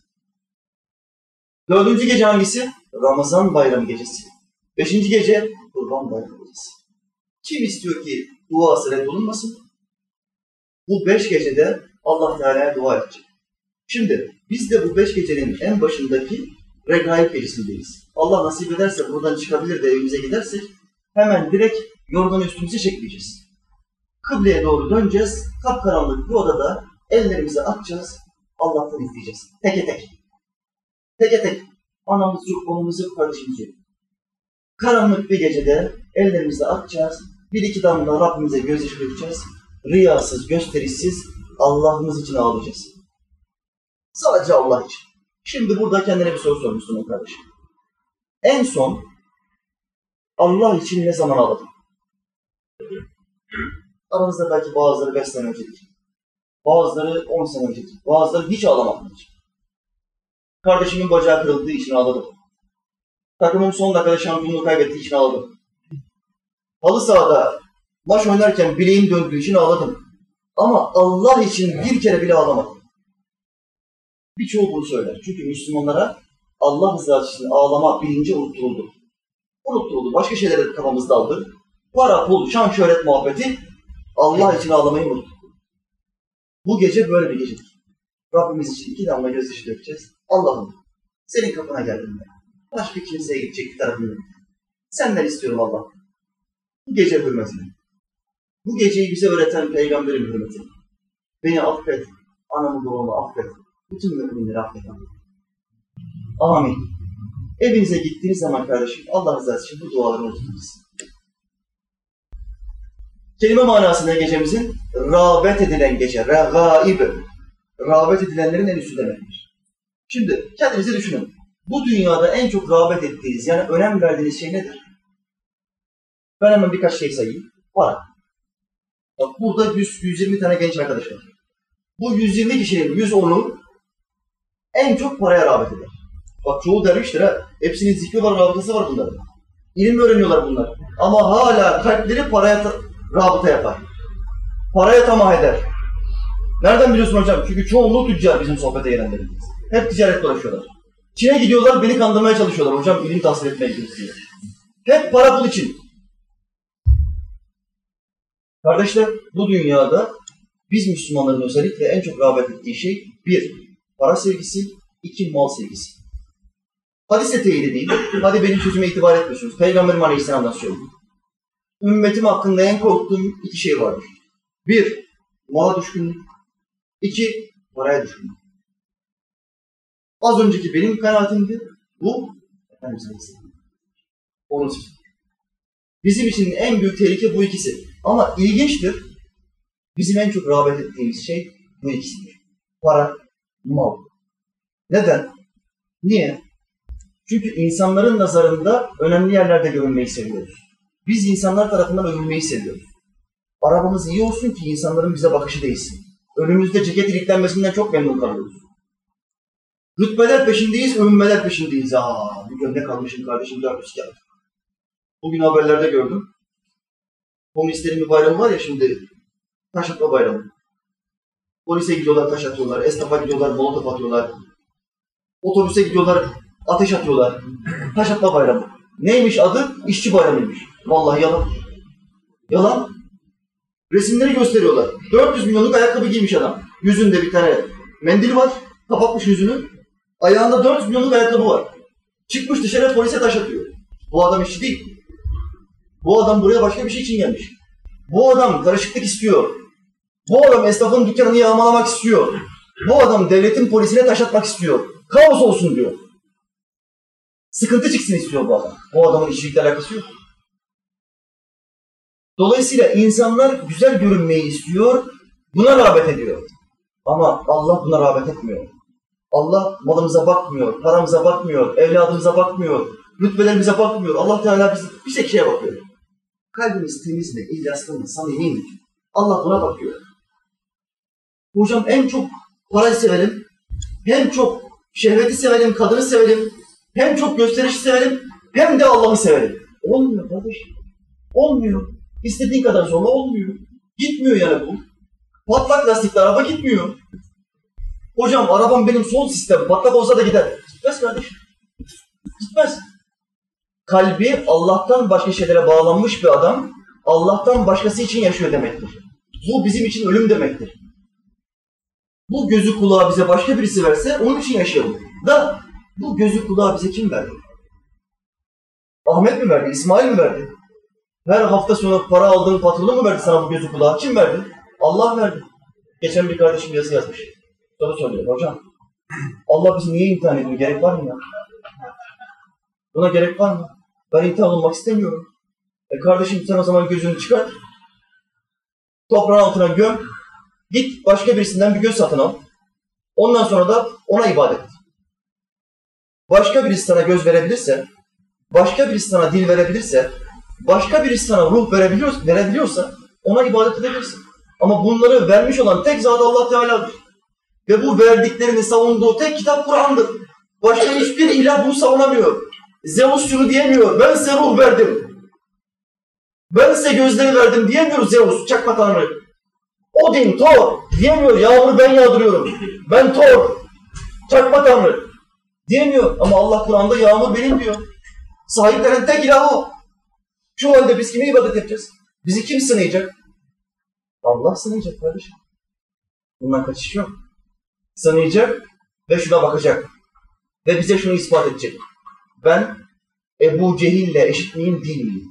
4. gece hangisi? Ramazan bayramı gecesi. 5. gece Kurban bayramı gecesi. Kim istiyor ki duası reddolunmasın? Bu 5 gecede Allah Teala'ya dua edecek. Şimdi biz de bu 5 gecenin en başındaki Regaib gecesindeyiz. Allah nasip ederse buradan çıkabilir de evimize gidersek hemen direkt yorganı üstümüze çekmeyeceğiz. Kıbleye doğru döneceğiz. Kapkaranlık bir odada ellerimizi açacağız. Allah'tan isteyeceğiz. Teke tek. Teke tek. Anamız yok, babamız yok, kardeşimiz yok. Karanlık bir gecede ellerimizi açacağız. Bir iki damla Rabbimize gözyaşı dökeceğiz. Riyasız, gösterişsiz Allah'ımız için ağlayacağız. Sadece Allah için. Şimdi burada kendine bir soru sormuşsun kardeşim. En son Allah için ne zaman ağladın? Aranızda belki bazıları 5 sene öncedir. Bazıları 10 sene öncedir. Bazıları hiç ağlamamıştır. Kardeşimin bacağı kırıldığı için ağladım. Takımım son dakikada şampiyonluğu kaybettiği için ağladım. Halı sahada maç oynarken bileğim döndüğü için ağladım. Ama Allah için bir kere bile ağlamadım. Birçoğu bunu söyler. Çünkü Müslümanlara Allah rızası için ağlama bilinci unutturuldu. Unutturuldu. Başka şeylere kafamızda aldı. Para, pul, şan, şöhret muhabbeti Allah için ağlamayı unuttuk. Bu gece böyle bir gecedir. Rabbimiz için 2 damla gözyaşı dökeceğiz. Allah'ım senin kapına geldim ben. Başka kimseye gidecek bir tarafım yok. Senden istiyorum Allah. Bu gece hürmetine. Bu geceyi bize öğreten Peygamberin hürmetine. Beni affet, anamı babamı affet. Bütün müminleri affet. Amin. Evinize gittiğiniz zaman kardeşim Allah rızası için bu duaları unutmayınız. Kelime manası ne gecemizin? Rağbet edilen gece. Regaib. Rağbet edilenlerin en üstü demektir. Şimdi kendinizi düşünün. Bu dünyada en çok rağbet ettiğiniz, yani önem verdiğiniz şey nedir? Ben hemen birkaç şey sayayım. Para. Bak burada 120 tane genç arkadaş var. Bu 120 kişinin 110'u en çok paraya rağbet eder. Bak çoğu derviştir ha. Hepsinin zikri var, rabıtası var bunların. İlim öğreniyorlar bunlar. Ama hala kalpleri paraya rabıta yapar. Paraya tamah eder. Nereden biliyorsun hocam? Çünkü çoğunluğu tüccar bizim sohbete gelenlerimiz. Hep ticaret dolaşıyorlar. Çin'e gidiyorlar, beni kandırmaya çalışıyorlar. Hocam ilim tahsil etmeye gidiyoruz diye. Hep para pul için. Kardeşler, bu dünyada biz Müslümanların özellikle en çok rağbet ettiği şey 1. Para sevgisi, 2. Mal sevgisi. Hadis-i teyit edeyim. Hadi benim sözüme itibar etmiyorsunuz. Peygamberim Aleyhisselam'dan söylüyorum. Ümmetim hakkında en korktuğum 2 şey vardır. 1. Mala düşkünlük. 2. Paraya düşkünlük. Az önceki benim kanaatimdi. Bu Efendimiz Aleyhisselam. Onun için. Bizim için en büyük tehlike bu ikisi. Ama ilginçtir. Bizim en çok rağbet ettiğimiz şey bu ikisidir. Para, mal. Neden? Niye? Çünkü insanların nazarında önemli yerlerde görünmeyi seviyoruz. Biz insanlar tarafından övülmeyi seviyoruz. Arabamız iyi olsun ki insanların bize bakışı değilsin. Önümüzde ceket iliklenmesinden çok memnun kalıyoruz. Rütbeler peşindeyiz, övünmeler peşindeyiz. Bir gömlek almışım kardeşim 400 kağıt. Bugün haberlerde gördüm. Komünistlerin bir bayramı var ya şimdi. Taş atma bayramı. Polise gidiyorlar, taş atıyorlar. Esnafa gidiyorlar, molotof atıyorlar. Otobüse gidiyorlar, ateş atıyorlar. Taş atma bayramı. Neymiş adı? İşçi bayramıymış. Vallahi yalan. Yalan. Resimleri gösteriyorlar. 400 milyonluk ayakkabı giymiş adam. Yüzünde bir tane mendil var. Kapatmış yüzünü. Ayağında 400 milyonluk ayakkabı var. Çıkmış dışarı polise taş atıyor. Bu adam işçi değil. Bu adam buraya başka bir şey için gelmiş. Bu adam karışıklık istiyor. Bu adam esnafın dükkanını yağmalamak istiyor. Bu adam devletin polisine taş atmak istiyor. Kaos olsun diyor. Sıkıntı çıksın istiyor bu adam. Bu adamın işçilikle alakası yok. Dolayısıyla insanlar güzel görünmeyi istiyor, buna rağbet ediyor. Ama Allah buna rağbet etmiyor. Allah malımıza bakmıyor, paramıza bakmıyor, evladımıza bakmıyor, rütbelerimize bakmıyor. Allah Teala bir tek şeye bakıyor. Kalbimiz temiz mi, ihlaslı mı, samimi mi? Allah buna bakıyor. Hocam en çok parayı severim, hem çok şehveti severim, kadını severim, hem çok gösterişi severim, hem de Allah'ı severim. Olmuyor kardeşim. Olmuyor. İstediğin kadar zorla olmuyor. Gitmiyor yani bu. Patlak lastikli araba gitmiyor. Hocam arabam benim son sistem, patlak olsa da gider. Gitmez kardeşim. Gitmez. Kalbi Allah'tan başka şeylere bağlanmış bir adam, Allah'tan başkası için yaşıyor demektir. Bu bizim için ölüm demektir. Bu gözü kulağı bize başka birisi verse onun için yaşayalım. Da bu gözü kulağı bize kim verdi? Ahmet mi verdi? İsmail mi verdi? Her hafta sonu para aldığın patronu mu verdi sana bu gözü kulağı? Kim verdi? Allah verdi. Geçen bir kardeşim yazı yazmış. Soru soruyor. Hocam, Allah bizi niye imtihan ediyor? Gerek var mı ya? Buna gerek var mı? Ben imtihan olmak istemiyorum. Kardeşim sen o zaman gözünü çıkart. Toprağın altına göm. Git başka birisinden bir göz satın al. Ondan sonra da ona ibadet et. Başka birisi sana göz verebilirse, başka birisi sana dil verebilirse, başka birisi sana ruh verebiliyorsa ona ibadet edebilirsin. Ama bunları vermiş olan tek zat Allah Teala'dır. Ve bu verdiklerini savunduğu tek kitap Kur'an'dır. Başka hiçbir ilah bunu savunamıyor. Zeus şunu diyemiyor, ben size ruh verdim. Ben size gözleri verdim diyemiyor Zeus, çakma tanrı. Odin, Thor diyemiyor, yağmuru ben yağdırıyorum. Ben Thor, çakma tanrı diyemiyor. Ama Allah Kur'an'da yağmur benim diyor. Sahiplenen tek ilah o. Şu halde biz kime ibadet edeceğiz? Bizi kim sınayacak? Allah sınayacak kardeşim. Bundan kaçış yok. Sınayacak ve şuna bakacak. Ve bize şunu ispat edecek. Ben Ebu Cehil'le eşit miyim, değil miyim?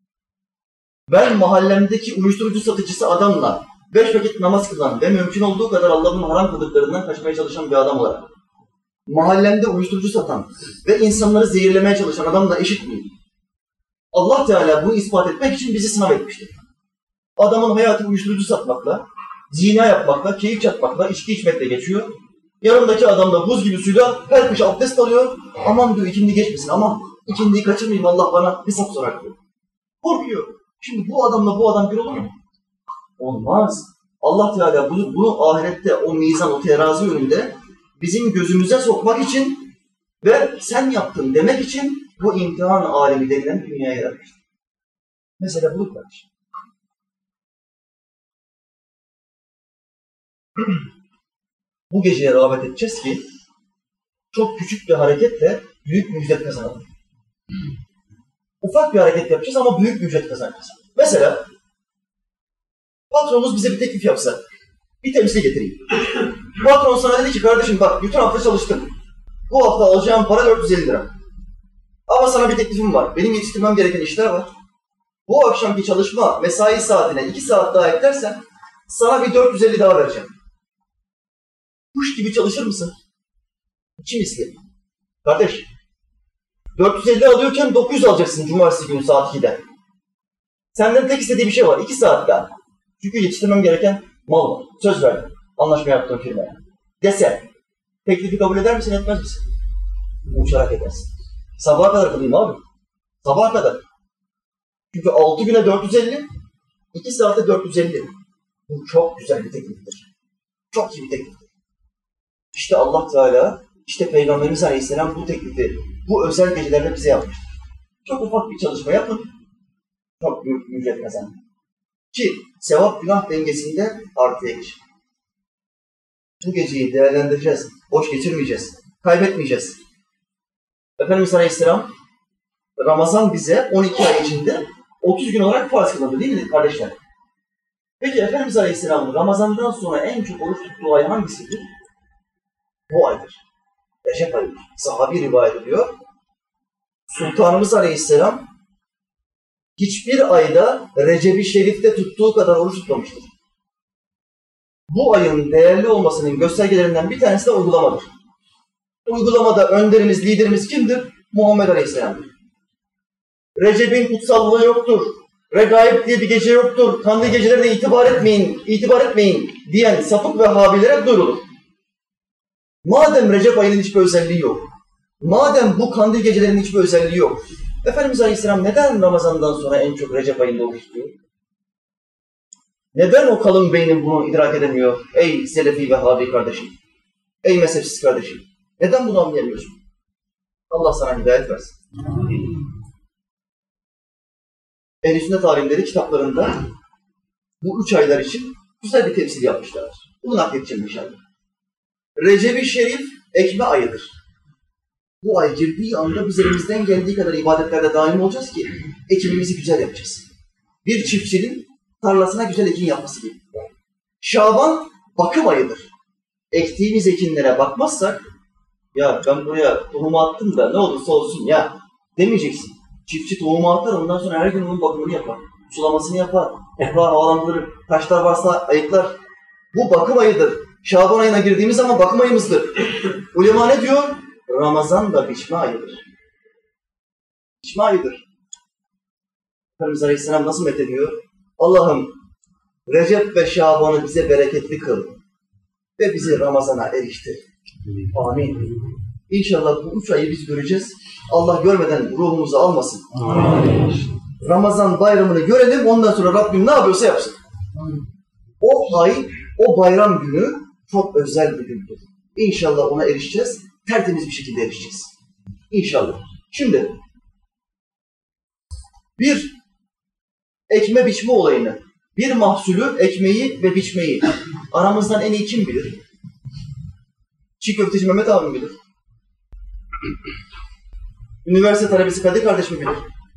Ben mahallemdeki uyuşturucu satıcısı adamla 5 vakit namaz kılan ve mümkün olduğu kadar Allah'ın haram kıldıklarından kaçmaya çalışan bir adam olarak mahallemde uyuşturucu satan ve insanları zehirlemeye çalışan adamla eşit miyim? Allah Teala bunu ispat etmek için bizi sınav etmiştir. Adamın hayatı uyuşturucu satmakla, zina yapmakla, keyif çatmakla, içki içmekle geçiyor. Yanımdaki adam da buz gibi suyla her kış abdest alıyor. Aman diyor ikindi geçmesin, aman ikindiyi kaçırmayayım Allah bana hesap sorar diyor. Korkuyor. Şimdi bu adamla bu adam bir olur mu? Olmaz. Allah Teala bunu ahirette o mizan, o terazi önünde bizim gözümüze sokmak için ve sen yaptın demek için bu imtihan alemi denilen dünyaya yaratmıştır. Mesela budur kardeşim. Bu geceye rağbet edeceğiz ki çok küçük bir hareketle büyük bir ücret kazanalım. Ufak bir hareket yapacağız ama büyük bir ücret kazanacağız. Mesela patronumuz bize bir teklif yapsa, bir temsil getireyim. Patron sana dedi ki kardeşim bak bütün hafta çalıştım. Bu hafta alacağım para 450 lira. Ama sana bir teklifim var. Benim yetiştirmem gereken işler var. Bu akşamki çalışma mesai saatine 2 saat daha eklersen sana bir 450 daha vereceğim. Kuş gibi çalışır mısın? İki misli. Kardeş, 450 alıyorken 900 alacaksın cumartesi günü saat 2'de. Senden tek istediği bir şey var, 2 saat daha. Çünkü yetiştirmem gereken mal var. Söz verdim, anlaşma yaptığım firmaya. Dese, teklifi kabul eder misin, etmez misin? Uçarak edersin. Sabaha kadar kılayım abi. Sabaha kadar. Çünkü 6 güne 450, 2 saate 450. Bu çok güzel bir tekliftir. Çok iyi bir tekliftir. İşte Allah Teala, işte Peygamberimiz Aleyhisselam bu teklifi, bu özel gecelerde bize yapmıştır. Çok ufak bir çalışma yapın, çok büyük bir ücret kazanın. Ki sevap günah dengesinde artıya geçer. Bu geceyi değerlendireceğiz. Boş geçirmeyeceğiz. Kaybetmeyeceğiz. Efendimiz Aleyhisselam Ramazan bize 12 ay içinde 30 gün olarak farz kılındı değil mi kardeşler? Peki Efendimiz Aleyhisselam'ın Ramazan'dan sonra en çok oruç tuttuğu ay hangisidir? Bu aydır. Recep ayıdır. Sahabi rivayet ediyor. Sultanımız Aleyhisselam hiçbir ayda Recep-i Şerif'te tuttuğu kadar oruç tutmamıştır. Bu ayın değerli olmasının göstergelerinden bir tanesi de uygulamadır. Uygulamada önderimiz, liderimiz kimdir? Muhammed Aleyhisselam'dır. Recep'in kutsallığı yoktur. Regaib diye bir gece yoktur. Kandil gecelerine itibar etmeyin diyen sapık ve habilere duyurulur. Madem Recep ayının hiçbir özelliği yok, madem bu kandil gecelerinin hiçbir özelliği yok, Efendimiz Aleyhisselam neden Ramazan'dan sonra en çok Recep ayında oruç tutuyor? Neden o kalın beynin bunu idrak edemiyor? Ey Selefi ve Habi kardeşim, ey mezhepsiz kardeşim, neden bunu anlayamıyorsun? Allah sana hidayet versin. Ehl-i Sünnet alimleri kitaplarında bu 3 aylar için güzel bir temsil yapmışlar. Bunu nakledeceğim inşallah. Recep-i Şerif ekme ayıdır. Bu ay girdiği anda biz elimizden geldiği kadar ibadetlerde daim olacağız ki ekimimizi güzel yapacağız. Bir çiftçinin tarlasına güzel ekin yapması gibi. Şaban bakım ayıdır. Ektiğimiz ekinlere bakmazsak, ya ben buraya tohumu attım da ne olursa olsun ya demeyeceksin. Çiftçi tohumu atar, ondan sonra her gün onun bakımını yapar. Sulamasını yapar, toprağı havalandırır, taşlar varsa ayıklar. Bu bakım ayıdır. Şaban ayına girdiğimiz zaman bakım ayımızdır. Ulema ne diyor? Ramazan da biçme ayıdır. Biçme ayıdır. Efendimiz Aleyhisselam nasıl methediyor? Allah'ım Recep ve Şaban'ı bize bereketli kıl ve bizi Ramazan'a eriştir. Amin. İnşallah bu 3 ayı biz göreceğiz. Allah görmeden ruhumuzu almasın. Amin. Ramazan bayramını görelim, ondan sonra Rabbim ne yapıyorsa yapsın. O ay, o bayram günü çok özel bir gündür. İnşallah ona erişeceğiz, tertemiz bir şekilde erişeceğiz. İnşallah. Şimdi, bir ekme biçme olayını, bir mahsulü, ekmeği ve biçmeyi aramızdan en iyi kim bilir? Çiğ köfteci Mehmet abi bilir. Üniversite talebesi Kadir kardeş mi bilir?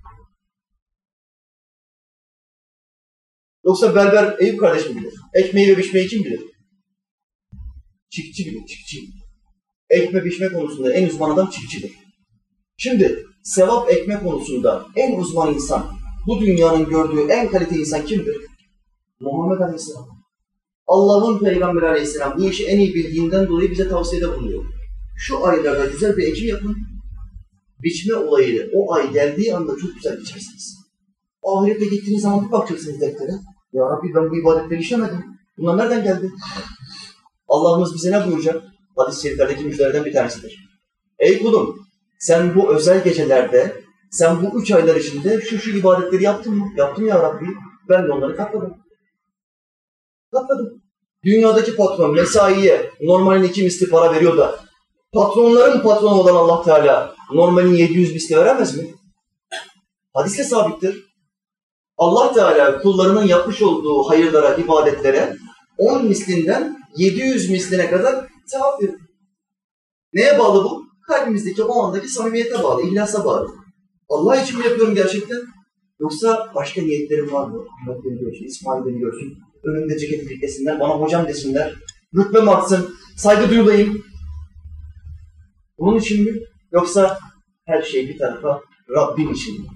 Yoksa berber Eyüp kardeş mi bilir? Ekmeği ve biçmeyi kim bilir? Çiftçi bilir, çiftçi. Ekme biçme konusunda en uzman adam çiftçidir. Şimdi sevap ekme konusunda en uzman insan, bu dünyanın gördüğü en kaliteli insan kimdir? Muhammed Aleyhisselam. Allah'ın Peygamberi Aleyhisselam bu işi en iyi bildiğinden dolayı bize tavsiyede bulunuyor. Şu aylarda güzel bir ekim yapın, biçme olayıyla o ay geldiği anda çok güzel biçersiniz. Ahirete gittiğiniz zaman bir bakacaksınız deftere. Ya Rabbi ben bu ibadetleri işlemedim. Bunlar nereden geldi? Allah'ımız bize ne buyuracak? Hadis-i şeriflerdeki müjdelerden bir tanesidir. Ey kulum, sen bu özel gecelerde, sen bu 3 aylar içinde şu ibadetleri yaptın mı? Yaptım ya Rabbi. Ben de onları katladım. Katladım. Dünyadaki patron mesaiye normalin 2 misli para veriyor da patronların patronu olan Allah Teala normalin 700 misli veremez mi? Hadisle sabittir. Allah Teala kullarının yapmış olduğu hayırlara, ibadetlere 10 mislinden 700 misline kadar sevap verir. Neye bağlı bu? Kalbimizdeki o andaki samimiyete bağlı, ihlasa bağlı. Allah için mi yapıyorum gerçekten? Yoksa başka niyetlerim var mı? Ahmet beni görsün, İsmail beni görsün, önümde ceketi diklesinler, bana hocam desinler, rütbem artsın, saygı duyulayım. Bunun için mi? Yoksa her şey bir tarafa Rabbim için mi?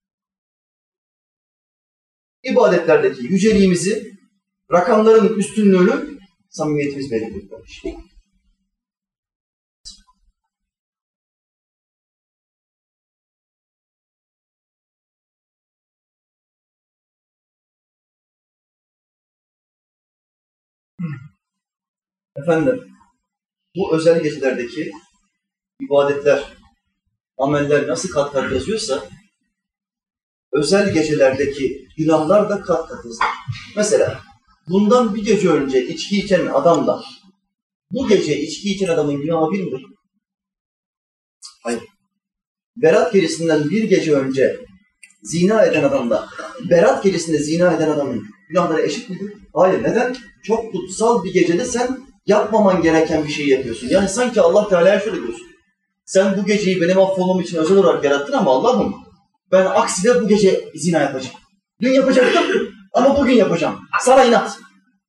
İbadetlerdeki yüceliğimizi, rakamların üstünlüğünü samimiyetimiz belirliyor. Efendim, bu özel gecelerdeki ibadetler, ameller nasıl kat kat yazıyorsa, özel gecelerdeki günahlar da kat kat yazılır. Mesela, bundan bir gece önce içki içen adamla, bu gece içki içen adamın günahı bir midir? Hayır. Berat gecesinden bir gece önce zina eden adamla, Berat gecesinde zina eden adamın Günahları eşit midir? Hayır. Neden? Çok kutsal bir gecede sen yapmaman gereken bir şey yapıyorsun. Yani sanki Allah Teala'ya şöyle diyorsun. Sen bu geceyi benim affolmam için özel olarak yarattın ama Allah'ım ben aksine bu gece zina yapacağım. Dün yapacaktım ama bugün yapacağım. Sana inat.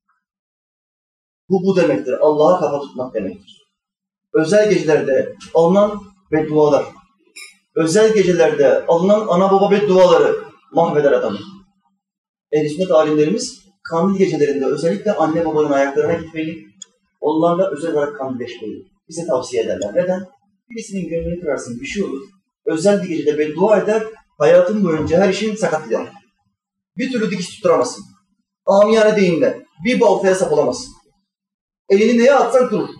Bu demektir. Allah'a kafa tutmak demektir. Özel gecelerde alınan beddualar, özel gecelerde alınan ana baba bedduaları mahveder adamı. Ehl-i sünnet alimlerimiz kandil gecelerinde özellikle anne babanın ayaklarına gitmeyi, onlarla özel olarak kandilleşmeyi bize tavsiye ederler. Neden? Birisinin gönlünü kırarsın, bir şey olur. Özel bir gecede beddua eder, hayatın boyunca her işin sakat gider. Bir türlü dikiş tutturamazsın. Amiyane deyimle bir baltaya sap olamazsın. Elini neye atsan durur.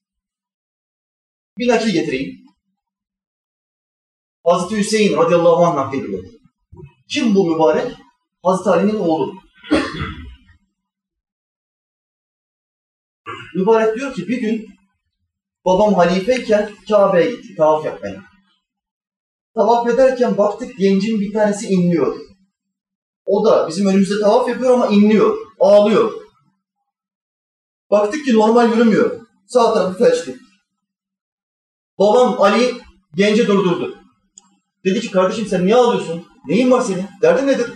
Bir nakil getireyim. Hazreti Hüseyin radıyallahu anh naklediyor. Kim bu mübarek? Hazreti Ali'nin oğlu. Mübarek diyor ki bir gün babam halifeyken Kabe'ye gitti tavaf yapmaya. Tavaf ederken baktık gencin bir tanesi inliyor. O da bizim önümüzde tavaf yapıyor ama inliyor, ağlıyor. Baktık ki normal yürümüyor. Sağ tarafı felçli. Babam Ali gence durdurdu. Dedi ki kardeşim sen niye ağlıyorsun? Neyin var senin? Derdin nedir?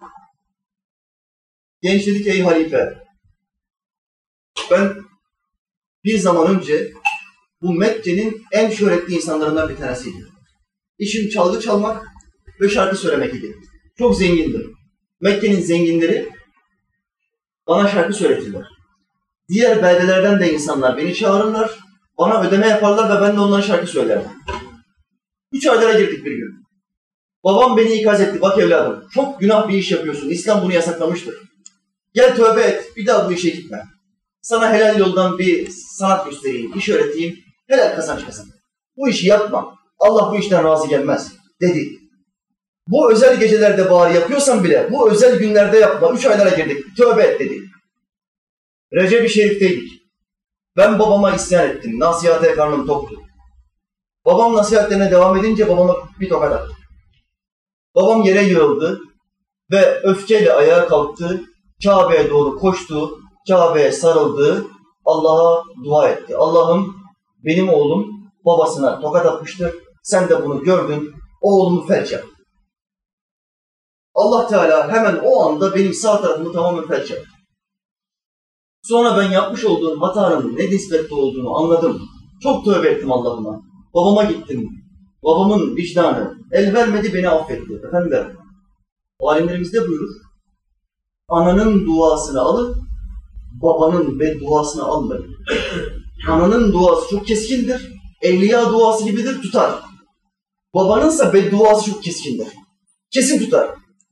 Genç dedi ki ey halife, ben bir zaman önce bu Mekke'nin en şöhretli insanlarından bir tanesiydim. İşim çalgı çalmak ve şarkı söylemek idi. Çok zengindim. Mekke'nin zenginleri bana şarkı söyletirler. Diğer beldelerden de insanlar beni çağırırlar, bana ödeme yaparlar ve ben de onlara şarkı söylerdim. 3 aylara girdik bir gün. Babam beni ikaz etti. Bak evladım, çok günah bir iş yapıyorsun. İslam bunu yasaklamıştır. Gel tövbe et, bir daha bu işe gitme. Sana helal yoldan bir sanat göstereyim, iş öğreteyim, helal kazanç kazan. Bu işi yapma. Allah bu işten razı gelmez, dedi. Bu özel gecelerde bari yapıyorsan bile, bu özel günlerde yapma. 3 aylara girdik, tövbe et, dedi. Recep-i Şerif'teydik. Ben babama isyan ettim, nasihate karnım toktu. Babam nasihatlerine devam edince babama bir tokat attı. Babam yere yığıldı ve öfkeyle ayağa kalktı, Kabe'ye doğru koştu, Kabe'ye sarıldı, Allah'a dua etti. Allah'ım benim oğlum babasına tokat atmıştır, sen de bunu gördün, oğlumu felç yap. Allah Teala hemen o anda benim sağ tarafımı tamamen felç yaptı. Sonra ben yapmış olduğum hatanın ne nispette olduğunu anladım. Çok tövbe ettim Allah'ıma. Babama gittim. Babamın vicdanı el vermedi, beni affetti. Efendim, alimlerimiz de buyurur. Ananın duasını alın, babanın bedduasını almayın. Ananın duası çok keskindir, evliya duası gibidir, tutar. Babanınsa bedduası çok keskindir, kesin tutar.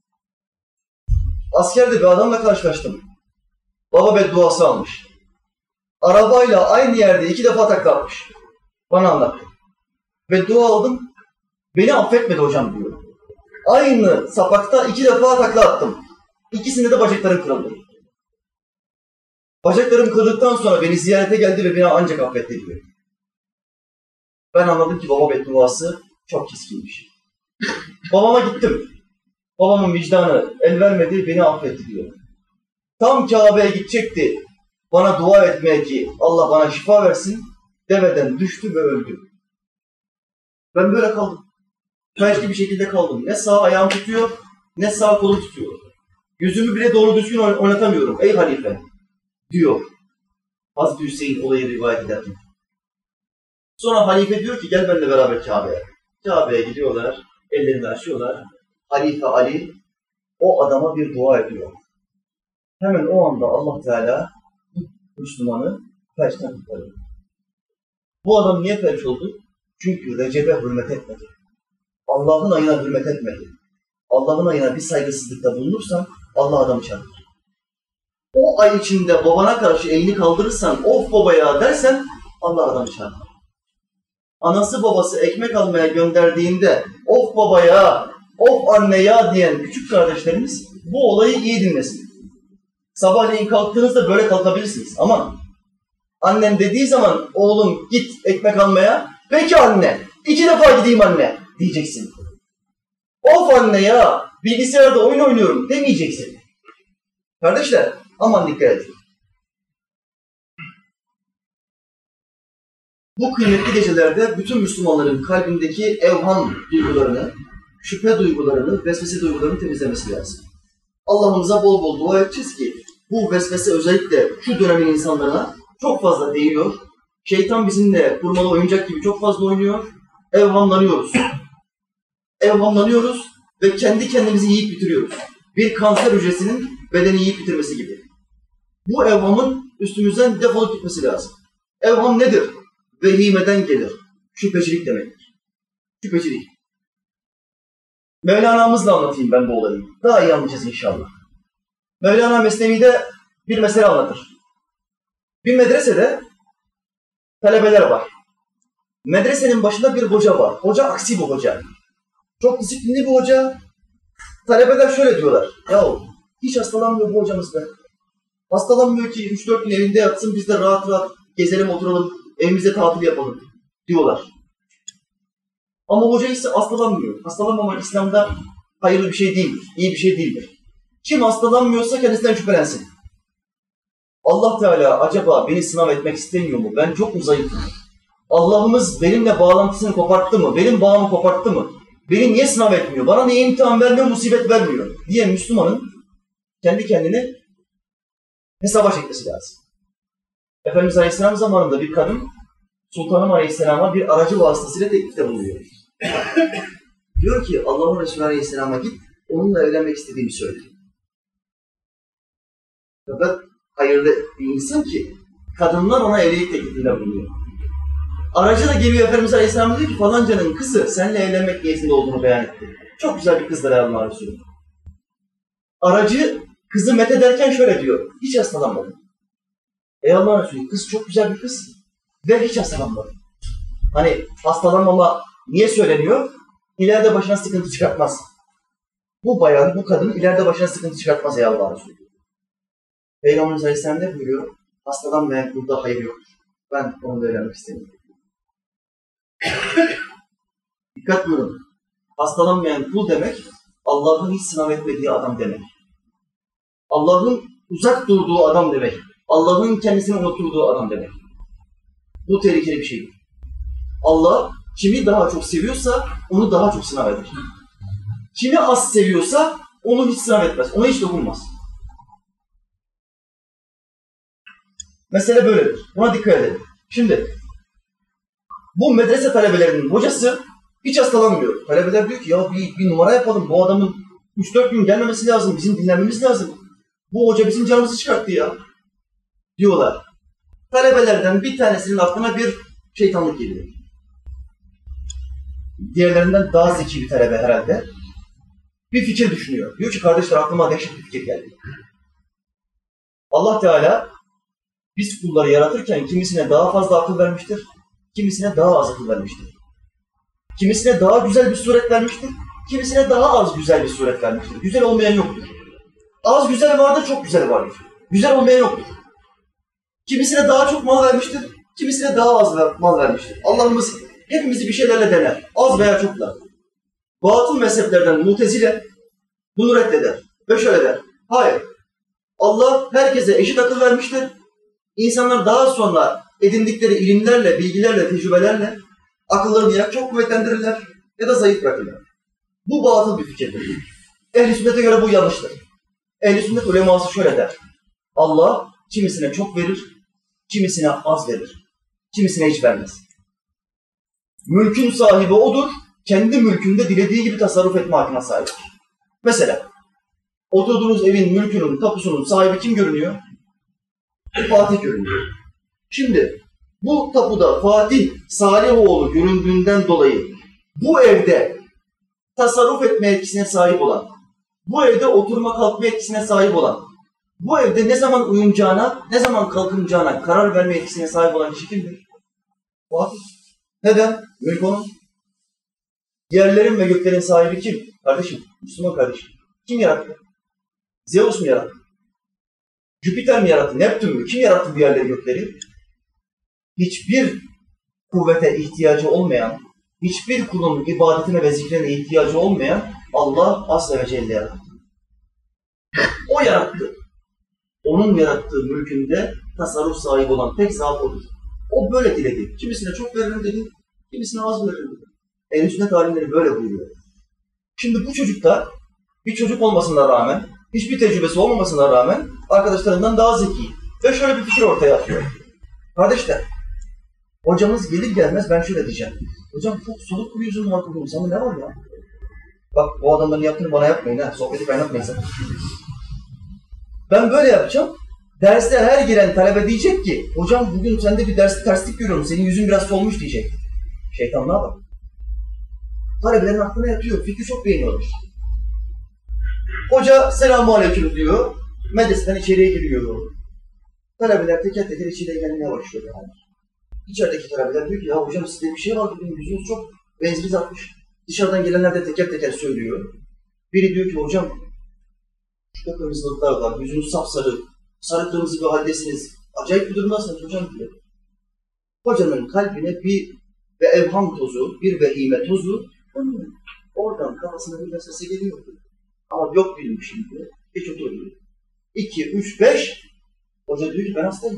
Askerde bir adamla karşılaştım. Baba bedduası almış. Arabayla aynı yerde 2 defa takla atmış. Bana anlattı. Beddua aldım, beni affetmedi hocam diyor. Aynı sapakta 2 defa takla attım. İkisinde de bacaklarım kırıldı. Bacaklarım kırıldıktan sonra beni ziyarete geldi ve beni ancak affetti diyor. Ben anladım ki baba bedduası çok keskinmiş. Babama gittim. Babamın vicdanı el vermedi, beni affetti diyor. Tam Kabe'ye gidecekti. Bana dua etmeye ki Allah bana şifa versin demeden düştü ve öldü. Ben böyle kaldım. Felçli bir şekilde kaldım. Ne sağ ayağım tutuyor, ne sağ kolum tutuyor. Yüzümü bile doğru düzgün oynatamıyorum. Ey halife, diyor Hazreti Hüseyin olayı rivayet ederken. Sonra halife diyor ki gel benimle beraber Kabe'ye. Kabe'ye gidiyorlar, ellerini açıyorlar. Halife Ali o adama bir dua ediyor. Hemen o anda Allah Teala Müslümanı felçten kurtarıyor. Bu adam niye felç oldu? Çünkü Recep'e hürmet etmedi. Allah'ın ayına hürmet etmedi. Allah'ın ayına bir saygısızlıkta bulunursan Allah adamı çarpar. O ay içinde babana karşı elini kaldırırsan, of babaya dersen Allah adamı çarpar. Anası babası ekmek almaya gönderdiğinde of babaya, of anne ya diyen küçük kardeşlerimiz bu olayı iyi dinlesin. Sabahleyin kalktığınızda böyle kalkabilirsiniz ama annem dediği zaman oğlum git ekmek almaya, peki anne 2 defa gideyim anne diyeceksin. Of anne ya bilgisayarda oyun oynuyorum demeyeceksin. Kardeşler, aman dikkat edin. Bu kıymetli gecelerde bütün Müslümanların kalbindeki evham duygularını, şüphe duygularını, vesvese duygularını temizlemesi lazım. Allah'ımıza bol bol dua edeceğiz ki bu vesvese özellikle şu dönemin insanlarına çok fazla değiyor. Şeytan bizimle kurmalı oyuncak gibi çok fazla oynuyor. Evhamlanıyoruz. Evhamlanıyoruz ve kendi kendimizi yiyip bitiriyoruz. Bir kanser hücresinin bedeni yiyip bitirmesi gibi. Bu evhamın üstümüzden defolup gitmesi lazım. Evham nedir? Vehimeden gelir. Şüphecilik demektir. Şüphecilik. Mevlana'mızla anlatayım ben bu olayı. Daha iyi anlayacağız inşallah. Mevlana Mesnevi'de bir mesele anlatır. Bir medresede talebeler var. Medresenin başında bir hoca var. Hoca aksi bir hoca. Çok disiplinli bir hoca. Talebeler şöyle diyorlar. Yahu hiç hastalanmıyor bu hocamız be. Hastalanmıyor ki 3-4 gün evinde yatsın, biz de rahat rahat gezelim, oturalım, evimizde tatil yapalım diyorlar. Ama hoca ise hastalanmıyor. Hastalanmamak İslam'da hayırlı bir şey değildir, iyi bir şey değildir. Kim hastalanmıyorsa kendisinden şüphelensin. Allah Teala acaba beni sınav etmek istemiyor mu? Ben çok mu zayıfım? Allah'ımız benimle bağlantısını koparttı mı? Benim bağımı koparttı mı? Beni niye sınav etmiyor? Bana niye imtihan vermiyor, musibet vermiyor? Diye Müslümanın kendi kendini hesaba çekmesi lazım. Efendimiz Aleyhisselam zamanında bir kadın Sultanım Aleyhisselam'a bir aracı vasıtasıyla teklifte bulunuyor. Diyor ki Allah'ın Resulü Aleyhisselam'a git, onunla evlenmek istediğimi söyle. Fakat hayırlı bir insan ki kadınlar ona evlilik teklifinde bulunuyor. Aracı da geliyor Efendimiz Aleyhisselam diyor ki falancanın kızı seninle evlenmek niyetinde olduğunu beyan etti. Çok güzel bir kızdır Allah'ın Resulü. Aracı kızı methederken şöyle diyor, hiç hastalanmadım. Ey Allah'ın Resulü, kız çok güzel bir kız ve hiç hastalanmadım. Hani hastalanmama niye söyleniyor? İleride başına sıkıntı çıkartmaz. Bu bayan, bu kadın ileride başına sıkıntı çıkartmaz ey Allah'ın Resulü. Peygamberimiz Aleyhisselam ne buyuruyor? Hastalanmayan kulda hayır yoktur. Ben onunla evlenmek istemiyorum. Dikkat buyurun. Hastalanmayan kul demek, Allah'ın hiç sınav etmediği adam demek. Allah'ın uzak durduğu adam demek. Allah'ın kendisini unutturduğu adam demek. Bu tehlikeli bir şeydir. Allah kimi daha çok seviyorsa onu daha çok sınav eder. Kimi az seviyorsa onu hiç sınav etmez. Ona hiç dokunmaz. Mesele böyledir. Buna dikkat edelim. Şimdi bu medrese talebelerinin hocası hiç hastalanmıyor. Talebeler diyor ki ya bir numara yapalım. Bu adamın 3-4 gün gelmemesi lazım. Bizim dinlenmemiz lazım. Bu hoca bizim canımızı çıkarttı ya. Diyorlar. Talebelerden bir tanesinin aklına bir şeytanlık geliyor. Diğerlerinden daha zeki bir talebe herhalde. Bir fikir düşünüyor. Diyor ki kardeşler aklıma dehşet bir fikir geldi. Allah Teala biz kulları yaratırken kimisine daha fazla akıl vermiştir, kimisine daha az akıl vermiştir. Kimisine daha güzel bir suret vermiştir, kimisine daha az güzel bir suret vermiştir. Güzel olmayan yoktur. Az güzel vardır, çok güzel vardır. Güzel olmayan yoktur. Kimisine daha çok mal vermiştir, kimisine daha az mal vermiştir. Allah'ımız hepimizi bir şeylerle dener, az veya çokla. Batıl mezheplerden Mutezile bunu reddeder ve şöyle der. Hayır, Allah herkese eşit akıl vermiştir. İnsanlar daha sonra edindikleri ilimlerle, bilgilerle, tecrübelerle akıllarını ya çok kuvvetlendirirler ya da zayıf bırakırlar. Bu batıl bir fikirdir. Ehl-i sünnete göre bu yanlıştır. Ehl-i sünnet uleması şöyle der. Allah kimisine çok verir, kimisine az verir, kimisine hiç vermez. Mülkün sahibi odur, kendi mülkünde dilediği gibi tasarruf etme hakkına sahiptir. Mesela oturduğunuz evin mülkünün, tapusunun sahibi kim görünüyor? Fatih görünüyor. Şimdi bu tapuda Fatih Salihoğlu göründüğünden dolayı bu evde tasarruf etme etkisine sahip olan, bu evde oturma kalkma etkisine sahip olan, bu evde ne zaman uyunacağına, ne zaman kalkınacağına karar verme etkisine sahip olan kişi kimdir? Fatih. Neden? Mülk onun. Yerlerin ve göklerin sahibi kim? Kardeşim, Müslüman kardeşim. Kim yarattı? Zeus mu yarattı? Jüpiter mi yarattı? Neptün mü? Kim yarattı bu yerleri gökleri? Hiçbir kuvvete ihtiyacı olmayan, hiçbir kulun ibadetine ve zikrine ihtiyacı olmayan Allah Azze ve Celle yarattı. O yarattı. onun yarattığı mülkünde tasarruf sahibi olan tek zat odur. O böyle diledi. Kimisine çok veririm dedi, kimisine az veririm dedi. En sünnet alimleri böyle buyuruyor. Şimdi bu çocuklar bir çocuk olmasına rağmen, hiçbir tecrübesi olmamasına rağmen arkadaşlarından daha zeki. Ve şöyle bir fikir ortaya atıyor. Kardeşler, hocamız gelir gelmez ben şöyle diyeceğim. Hocam çok soluk bir yüzün var kurdum, sana ne var ya? Bak bu adamların yaptığını bana yapmayın ha, sohbeti kaynatmayın sen. Ben böyle yapacağım. Derste her giren talebe diyecek ki, hocam bugün sende bir terslik görüyorum, senin yüzün biraz solmuş diyecek. Şeytanlığa bak. Talebelerin aklına yatıyor, fikri çok beğeniyorlar. Hoca selamünaleyküm diyor, medreseden içeriye giriyor. Talebeler teker teker içeriye gelmeye başlıyor yani. İçerideki talebeler diyor ki, ya hocam sizde bir şey var, bugün yüzünüz çok benzeriz atmış. Dışarıdan gelenler de teker teker söylüyor. Biri diyor ki, hocam şu kırmızılıklar var, yüzünüz sapsarı, sarı kırmızı bir haldesiniz. Acayip bir durumdasınız hocam diyor. Hocanın kalbine bir ve evham tozu, bir vehime tozu, oradan kafasına bir vesvese geliyor. Ama yok bilmiş şimdi, hiç oturuyor. 2, 3, 5, hoca diyor ki ben hastayım.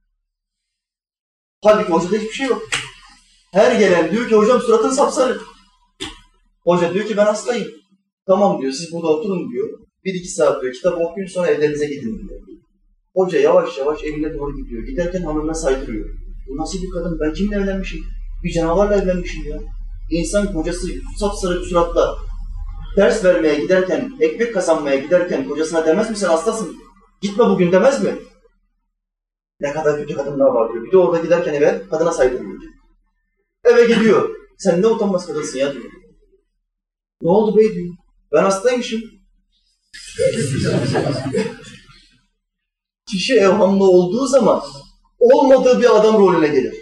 Halbuki hocada hiçbir şey yok. Her gelen diyor ki hocam suratın sapsarı. Hoca diyor ki ben hastayım. Tamam diyor, siz burada oturun diyor. 1-2 saat diyor, kitap okuyun sonra evlerinize gidin diyor. Hoca yavaş yavaş evine doğru gidiyor. Giderken hanımına saydırıyor. Bu nasıl bir kadın? Ben kimle evlenmişim? Bir canavarla evlenmişim ya. İnsan kocası sapsarı bir suratla ders vermeye giderken, ekmek kazanmaya giderken kocasına demez mi sen hastasın? Gitme bugün demez mi? Ne kadar kötü kadınlar var diyor. Bir de orada giderken eve kadına saydırıyor. Eve gidiyor. Sen ne utanmaz kadınsın ya diyor. Ne oldu bey diyor. Ben hastaymışım. Kişi evhamlı olduğu zaman olmadığı bir adam rolüne gelir.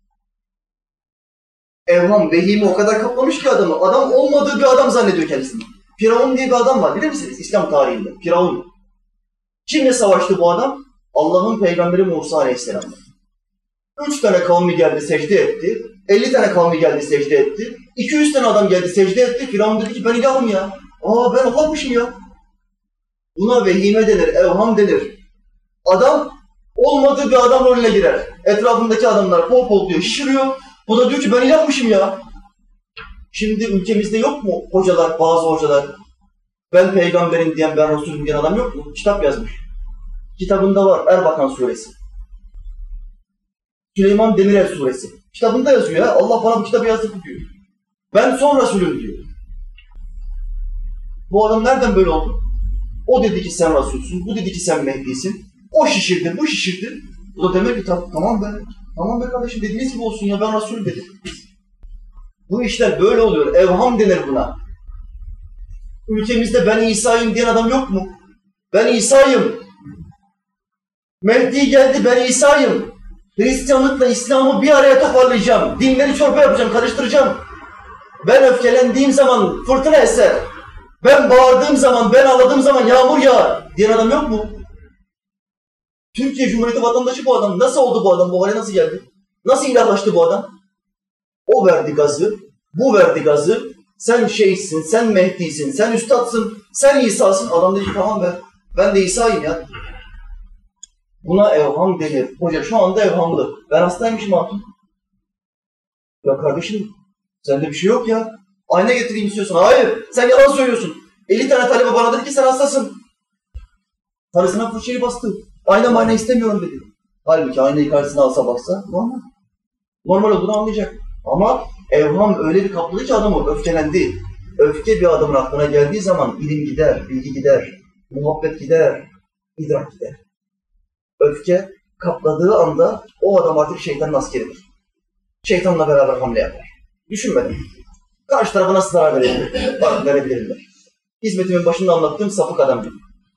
Evham, vehimi o kadar kaplamış ki adamı. Adam olmadığı bir adam zannediyor kendisini. Firavun diye bir adam var bilir misiniz İslam tarihinde? Firavun. Kimle savaştı bu adam? Allah'ın peygamberi Musa Aleyhisselam'la. 3 tane kavmi geldi secde etti. 50 tane kavmi geldi secde etti. 200 tane adam geldi secde etti. Firavun dedi ki ben ilahım ya. Aa ben Allah'mışım ya. Buna vehime denir, evham denir. Adam olmadığı bir adam rolüne girer. Etrafındaki adamlar pol pol diyor, şişiriyor. Bu da diyor ki ben ilahmışım ya. Şimdi ülkemizde yok mu hocalar, bazı hocalar? Ben peygamberim diyen, ben Resulüm diyen adam yok mu? Kitap yazmış. Kitabında var Erbakan suresi. Süleyman Demirel suresi. Kitabında yazıyor ya. Allah bana bu kitabı yazdı diyor. Ben son Resulüm diyor. Bu adam nereden böyle oldu? O dedi ki sen Resulsün, bu dedi ki sen Mehdi'sin. O şişirdi, bu şişirdi. Bu da demek ki tamam be kardeşim dediğiniz gibi olsun ya ben Resulüm dedi. Bu işler böyle oluyor. Evham denir buna. Ülkemizde ben İsa'yım diyen adam yok mu? Ben İsa'yım. Mehdi geldi ben İsa'yım. Hristiyanlıkla İslam'ı bir araya toparlayacağım. Dinleri çorba yapacağım, karıştıracağım. Ben öfkelendiğim zaman fırtına eser. Ben bağırdığım zaman, ben ağladığım zaman yağmur yağar diyen adam yok mu? Türkiye Cumhuriyeti vatandaşı bu adam. Nasıl oldu bu adam? Bu hale nasıl geldi? Nasıl ilahlaştı bu adam? O verdi gazı, bu verdi gazı. Sen şeyhsin, sen Mehdi'sin, sen üstadsın, sen İsa'sın. Adam dedi ki tamam be, ben de İsa'yım ya. Buna evham denir. Hoca şu anda evhamlı. Ben hastaymışım hatun. Ya kardeşim, sende bir şey yok ya. Ayna getireyim istiyorsun. Hayır, sen yalan söylüyorsun. 50 tane talebe bana dedi ki sen hastasın. Karısına fırçayı bastı. Ayna istemiyorum dedi. Halbuki aynayı karşısına alsa baksa normal. Normal olduğunu anlayacak. Ama evham öyle bir kapladı ki adamı öfkelendi. Öfke bir adamın aklına geldiği zaman ilim gider, bilgi gider, muhabbet gider, idrak gider. Öfke kapladığı anda o adam artık şeytanın askeridir. Şeytanla beraber hamle yapar. Düşünmeden. Karşı tarafa nasıl zarar verebilirler. Hizmetimin başında anlattığım sapık adam gibi.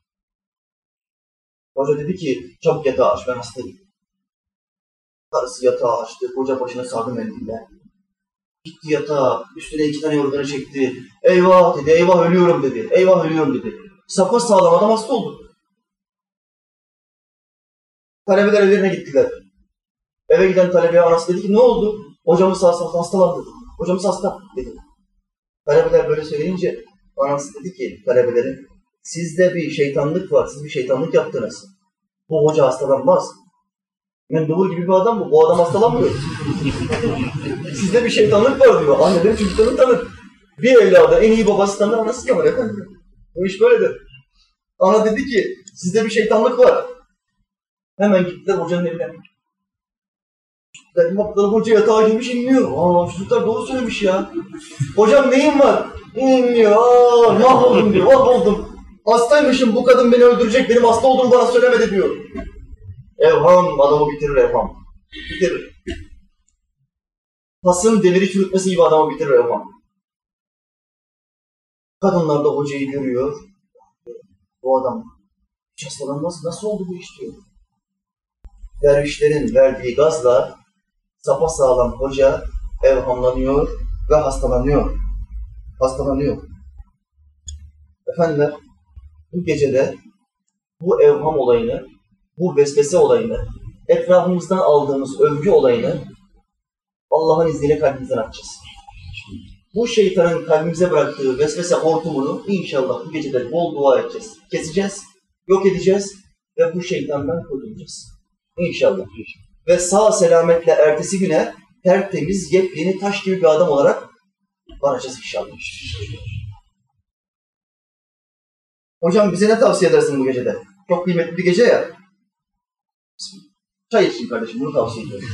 Hoca dedi ki çabuk yatağı aç ben hastayım. Karısı yatağı açtı, hoca başına sardı mendiller. Gitti yatağa, üstüne 2 tane yorganı çekti. Eyvah dedi, eyvah ölüyorum dedi, eyvah ölüyorum dedi. Sapasağlam adam hasta oldu. Talebeler evlerine gittiler. Eve giden talebeye anası dedi ki ne oldu? Hocamız hastalandı. Hocamız hasta dedi. Talebeler böyle söyleyince anası dedi ki talebelerin sizde bir şeytanlık var, siz bir şeytanlık yaptınız. Bu hoca hastalanmaz. Mendebur gibi bir adam bu. Bu adam hastalanmıyor. Sizde bir şeytanlık var diyor. Anneleri çocuklarını tanır. Bir evladı en iyi babası tanır, anası tanır efendim. Bu iş böyledir. Ana dedi ki, sizde bir şeytanlık var. Hemen gittiler hocanın evine. Dedim baktılar hoca yatağa girmiş inliyor. Çocuklar doğru söylemiş ya. Hocam neyin var? İnliyor. Mahvoldum diyor. Mahvoldum. Hastaymışım, bu kadın beni öldürecek. Benim hasta olduğumu bana söylemedi diyor. Evham adamı bitirir evham. Bitirir. Pasın demiri çürütmesi gibi adamı bitirir evham. Kadınlar da hocayı görüyor. Bu adam hiç hastalanmaz. Nasıl oldu bu iş diyor. Dervişlerin verdiği gazla sapasağlam hoca evhamlanıyor ve hastalanıyor. Hastalanıyor. Efendiler, bu gecede bu evham olayını, bu vesvese olayını, etrafımızdan aldığımız övgü olayını Allah'ın izniyle kalbimizden atacağız. Bu şeytanın kalbimize bıraktığı vesvese hortumunu inşallah bu gecede bol dua edeceğiz. Keseceğiz, yok edeceğiz ve bu şeytandan kurtulacağız. İnşallah. Ve sağ selametle ertesi güne tertemiz, yepyeni taş gibi bir adam olarak varacağız inşallah. Hocam bize ne tavsiye edersin bu gecede? Çok kıymetli bir gece ya. Çay için kardeşim, bunu tavsiye ediyorum.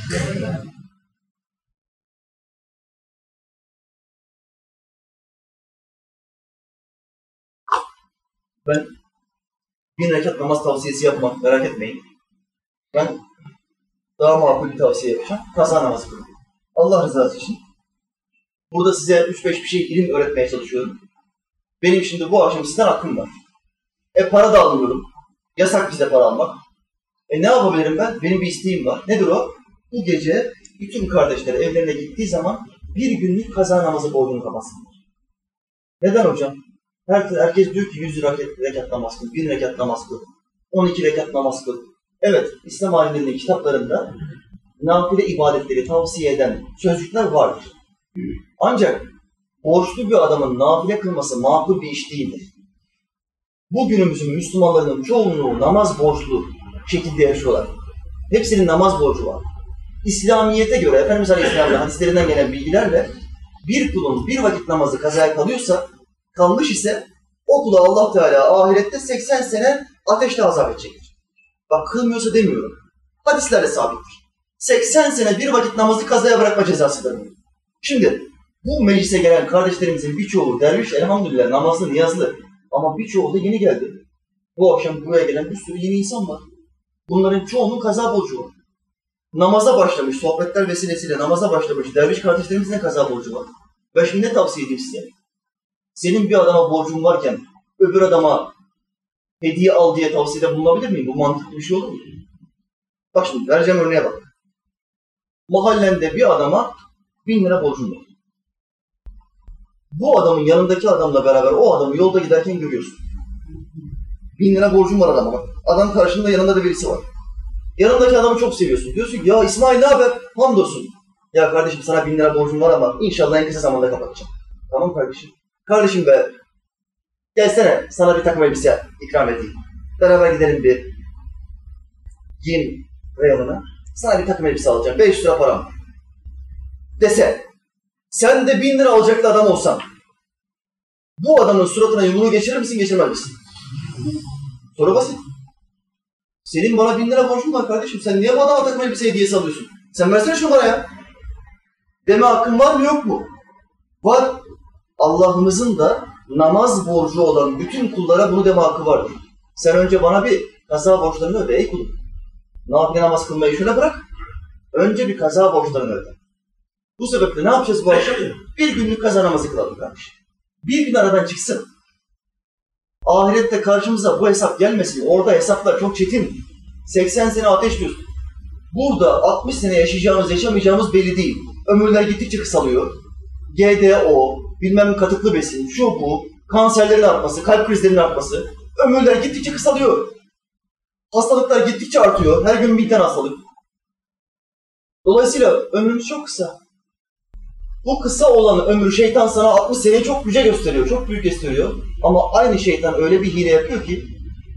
Ben 1000 rekat namaz tavsiyesi yapmam, merak etmeyin. Ben daha makul bir tavsiye yapacağım. Kaza namazı kılın. Allah rızası için. Burada size 3-5 bir şey ilim öğretmeye çalışıyorum. Benim şimdi bu akşam sizden hakkım var. Para da almıyorum. Yasak bize para almak. Ne yapabilirim ben? Benim bir isteğim var. Nedir o? Bu gece bütün kardeşler evlerine gittiği zaman bir günlük kaza namazı borcunu kapatsınlar. Neden hocam? Herkes diyor ki 100 rekat namaz kıl, 1000 rekat namaz kıl, 12 rekat namaz kıl. Evet, İslam alimlerinin kitaplarında nafile ibadetleri tavsiye eden sözcükler vardır. Ancak borçlu bir adamın nafile kılması makul bir iş değildir. Bugünümüzün Müslümanlarının çoğunluğu namaz borçlu şekilde yaşıyorlar. Hepsinin namaz borcu var. İslamiyete göre, Efendimiz Aleyhisselam'ın hadislerinden gelen bilgilerle bir kulun bir vakit namazı kazaya kalıyorsa, kalmış ise o kula Allah Teala ahirette 80 sene ateşte azap edecektir. Bak kılmıyorsa demiyorum. Hadislerle sabittir. 80 sene bir vakit namazı kazaya bırakma cezasıdır. Şimdi bu meclise gelen kardeşlerimizin birçoğu derviş elhamdülillah namazlı, niyazlı. Ama birçoğu da yeni geldi. Bu akşam buraya gelen bir sürü yeni insan var. Bunların çoğunun kaza borcu var. Namaza başlamış, sohbetler vesilesiyle namaza başlamış derviş kardeşlerimizin kaza borcu var. Ben şimdi ne tavsiye edeyim size? Senin bir adama borcun varken öbür adama hediye al diye tavsiyede bulunabilir miyim? Bu mantıklı bir şey olur mu? Bak şimdi vereceğim örneğe bak. Mahallende bir adama 1000 lira borcun var. Bu adamın yanındaki adamla beraber o adamı yolda giderken görüyorsun. 1000 lira borcun var adama bak. Adam karşında, yanında da birisi var. Yanındaki adamı çok seviyorsun. Diyorsun ki ya İsmail ne haber? Hamdolsun. Ya kardeşim sana 1000 lira borcum var ama inşallah en kısa zamanda kapatacağım. Tamam kardeşim. Kardeşim be, gelsene sana bir takım elbise ikram edeyim. Beraber gidelim bir giyim reyonuna. Sana bir takım elbise alacağım. 500 lira param var. Dese, sen de 1000 lira alacaklı adam olsan, bu adamın suratına yumruğu geçirir misin, geçirmez misin? Soru basit. Senin bana 1000 lira borcun var kardeşim. Sen niye bu adama takım elbise hediyesi alıyorsun? Sen versene şunu bana ya. Deme hakkın var mı yok mu? Var. Allah'ımızın da namaz borcu olan bütün kullara bunu deme hakkı vardır. Sen önce bana bir kaza borçlarını öde ey kulum. Nafile namaz kılmayı şöyle bırak. Önce bir kaza borçlarını öde. Bu sebeple ne yapacağız bu akşam? Bir günlük kaza namazı kılalım kardeşim. Bir gün aradan çıksın. Ahirette karşımıza bu hesap gelmesin. Orada hesaplar çok çetin. 80 sene ateş diyorsun. Burada 60 sene yaşayacağımız, yaşamayacağımız belli değil. Ömürler gittikçe kısalıyor. GDO, bilmem katıklı besin, şu bu, kanserlerin artması, kalp krizlerinin artması. Ömürler gittikçe kısalıyor. Hastalıklar gittikçe artıyor. Her gün bir tane hastalık. Dolayısıyla ömrümüz çok kısa. Bu kısa olan ömrü şeytan sana 60 seneyi çok yüce gösteriyor, çok büyük gösteriyor. Ama aynı şeytan öyle bir hile yapıyor ki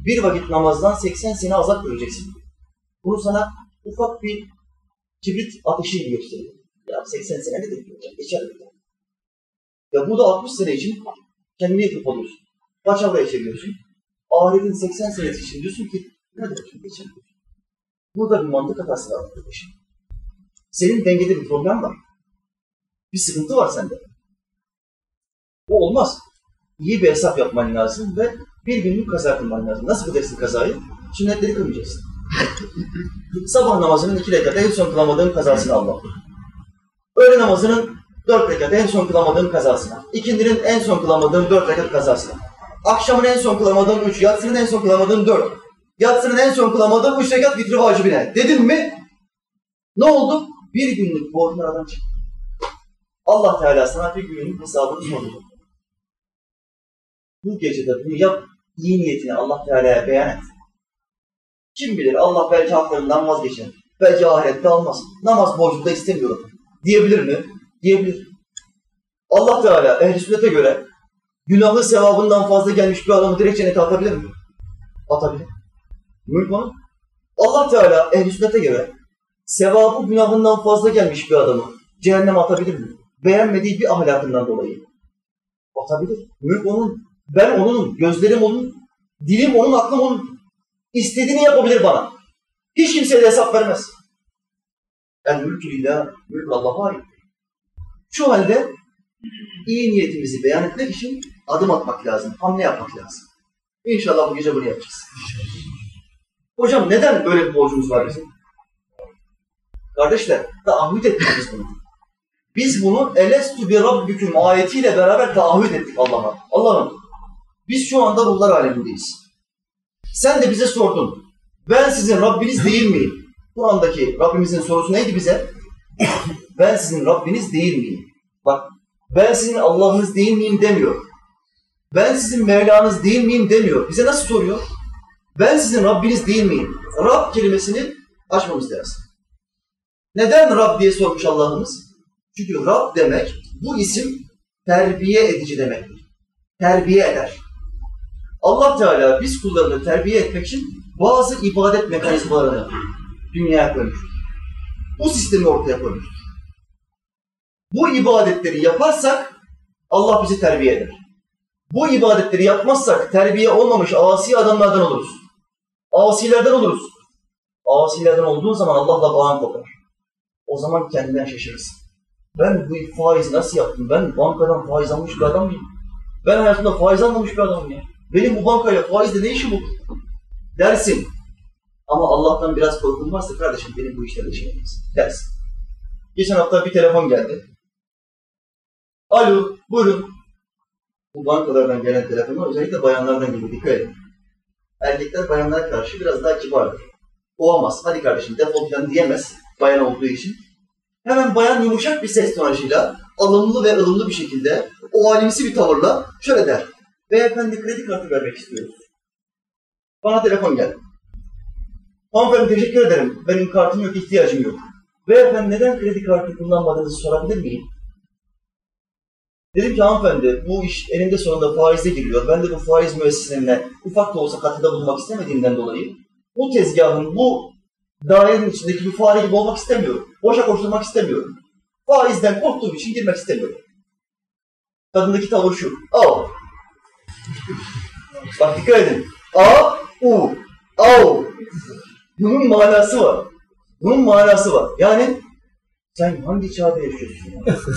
Bir vakit namazdan 80 sene azap göreceksin. Bunu sana ufak bir kibrit ateşi gibi gösteriyor. Ya 80 sene ne demek hocam? Geçer mi? Ya burada 60 sene için kendini yapıp alıyorsun. Paçavraya çeviriyorsun. Ahiretin 80 senesi için diyorsun ki ne demek geçer mi? Burada bir mantık hatası var arkadaşım. Senin dengede bir problem var. Bir sıkıntı var sende. Bu olmaz. İyi bir hesap yapman lazım ve bir günlük kaza kılman lazım. Nasıl kılacaksın kazayı? Sünnetleri kılmayacaksın. Sabah namazının 2 rekat en son kılamadığın kazasını Allah. Öğle namazının 4 rekat en son kılamadığın kazasına. İkindinin en son kılamadığın 4 rekat kazasına. Akşamın en son kılamadığın 3, yatsının en son kılamadığın 4. Yatsının en son kılamadığın 3 rekat vitri vacibine. Dedin mi? Ne oldu? Bir günlük borcun aradan çıktı. Allah Teala sana bir günün hesabını sordu. Bu gecede bunu yap, iyi niyetini Allah Teala'ya beyan et. Kim bilir Allah belki haklarından vazgeçer. Belki ahirette almaz. Namaz borcunu da istemiyorum. Diyebilir mi? Diyebilir. Allah Teala ehl-i sünnete göre günahı sevabından fazla gelmiş bir adamı direkt cennete atabilir mi? Atabilir. Mülk onun. Allah Teala ehl-i sünnete göre sevabı günahından fazla gelmiş bir adamı cehenneme atabilir mi? Beğenmediği bir ahlakından dolayı. Atabilir. Mülk onun. Ben onunum. Gözlerim onun. Dilim onun, aklım onun. İstediğini yapabilir bana. Hiç kimseye de hesap vermez. El mülkü lillah, mülk Allah'a ait. Şu halde iyi niyetimizi beyan etmek için adım atmak lazım, hamle yapmak lazım. İnşallah bu gece bunu yapacağız. Hocam neden böyle bir borcumuz var bizim? Kardeşler, taahhüt ettik biz bunu. Biz bunu elestü bi rabbüküm ayetiyle beraber taahhüt ettik Allah'a. Allah'ım, biz şu anda ruhlar alemindeyiz. Sen de bize sordun. Ben sizin Rabbiniz değil miyim? Kur'an'daki Rabbimizin sorusu neydi bize? Ben sizin Rabbiniz değil miyim? Bak, ben sizin Allah'ınız değil miyim demiyor. Ben sizin Mevlanız değil miyim demiyor. Bize nasıl soruyor? Ben sizin Rabbiniz değil miyim? Rab kelimesini açmamız lazım. Neden Rab diye sormuş Allah'ımız? Çünkü Rab demek, bu isim terbiye edici demektir. Terbiye eder. Allah Teala biz kullarını terbiye etmek için bazı ibadet mekanizmalarını dünyaya koymuştur. Bu sistemi ortaya koymuştur. Bu ibadetleri yaparsak Allah bizi terbiye eder. Bu ibadetleri yapmazsak terbiye olmamış asi adamlardan oluruz. Asilerden oluruz. Asilerden olduğun zaman Allah'la bağın kopar. O zaman kendinden şaşırırsın. Ben bu faizi nasıl yaptım? Ben bankadan faiz almış bir adam mıyım? Ben hayatımda faiz almamış bir adamım ya. Benim bu bankayla faizle ne işim olur? Dersin. Ama Allah'tan biraz korkun varsa kardeşim benim bu işlerle işim olmaz. Dersin. Geçen hafta bir telefon geldi. Alo, buyurun. Bu bankalardan gelen telefonlar özellikle bayanlardan geliyor. Dikkat edin. Erkekler bayanlara karşı biraz daha kibardır. Olamaz. Hadi kardeşim defol falan diyemez bayan olduğu için. Hemen bayan yumuşak bir ses tonajıyla, alımlı ve ılımlı bir şekilde, o alimsi bir tavırla şöyle der. Beyefendi kredi kartı vermek istiyoruz. Bana telefon geldi. Hanımefendi teşekkür ederim. Benim kartım yok, ihtiyacım yok. Beyefendi neden kredi kartı kullanmadığınızı sorabilir miyim? Dedim ki hanımefendi bu iş eninde sonunda faize giriyor. Ben de bu faiz müesseselerine ufak da olsa katkıda bulunmak istemediğimden dolayı bu tezgahın, bu dairenin içindeki bir fare gibi olmak istemiyorum. Boşa koşturmak istemiyorum. Faizden korktuğum için girmek istemiyorum. Kadındaki tavır şu. Al. Bak dikkat edin. A, U, Au. Bunun manası var. Bunun manası var. Yani sen hangi çağda yaşıyorsun?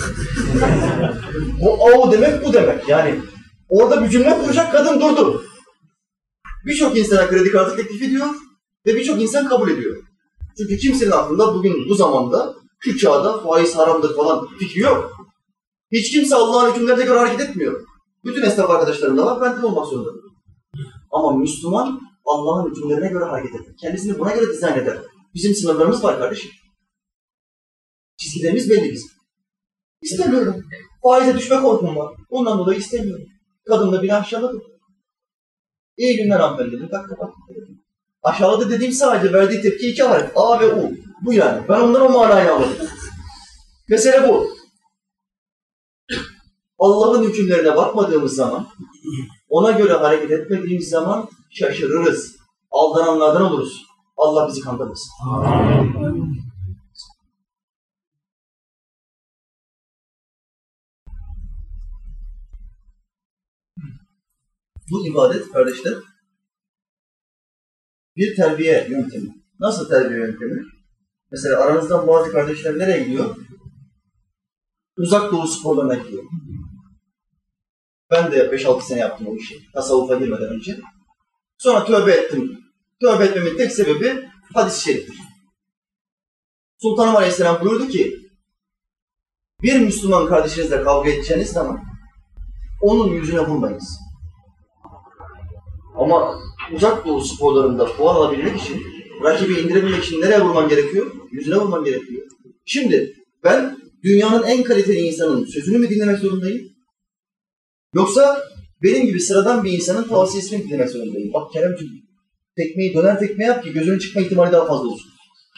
Bu au demek bu demek. Yani orada bir cümle kuracak kadın durdu. Birçok insana kredi kartı teklif ediyor ve birçok insan kabul ediyor. Çünkü kimsenin aklında bugün bu zamanda şu çağda faiz haramdır falan fikri yok. Hiç kimse Allah'ın hükümlerine göre hareket etmiyor. Bütün esnaf arkadaşlarım da var, ben de olmak zorunda. Ama Müslüman Allah'ın hükümlerine göre hareket eder. Kendisini buna göre dizayn eder. Bizim sınırlarımız var kardeşim. Çizgilerimiz belli bizim. İstemiyorum. Faize düşme korkum var. Ondan dolayı istemiyorum. Kadın da beni aşağıladı. İyi günler hanımefendi dedim. Tak kapat. Aşağıladı dediğim sadece verdiği tepki 2 harf. A ve U. Bu yani. Ben ondan o manayı almadım. Mesele bu. Allah'ın hükümlerine bakmadığımız zaman, ona göre hareket etmediğimiz zaman şaşırırız. Aldananlardan oluruz. Allah bizi kandırmasın. Bu ibadet kardeşler bir terbiye yöntemi. Nasıl terbiye yöntemi? Mesela aranızdan bazı kardeşler nereye gidiyor? Uzak doğu sporlarına gidiyor. Ben de 5-6 sene yaptım o işi. Tasavvufa girmeden önce. Sonra tövbe ettim. Tövbe etmemin tek sebebi hadis-i şeriftir. Sultanım Aleyhisselam buyurdu ki, bir Müslüman kardeşinizle kavga edeceğiniz zaman onun yüzüne vurmayınız. Ama uzak doğu sporlarında puan alabilmek için, rakibi indirebilmek için nereye vurman gerekiyor? Yüzüne vurman gerekiyor. Şimdi ben dünyanın en kaliteli insanın sözünü mü dinlemek zorundayım? Yoksa benim gibi sıradan bir insanın tavsiyesini mi dinlemek zorundayım? Bak Keremciğim, tekmeyi döner tekme yap ki gözünün çıkma ihtimali daha fazla olsun.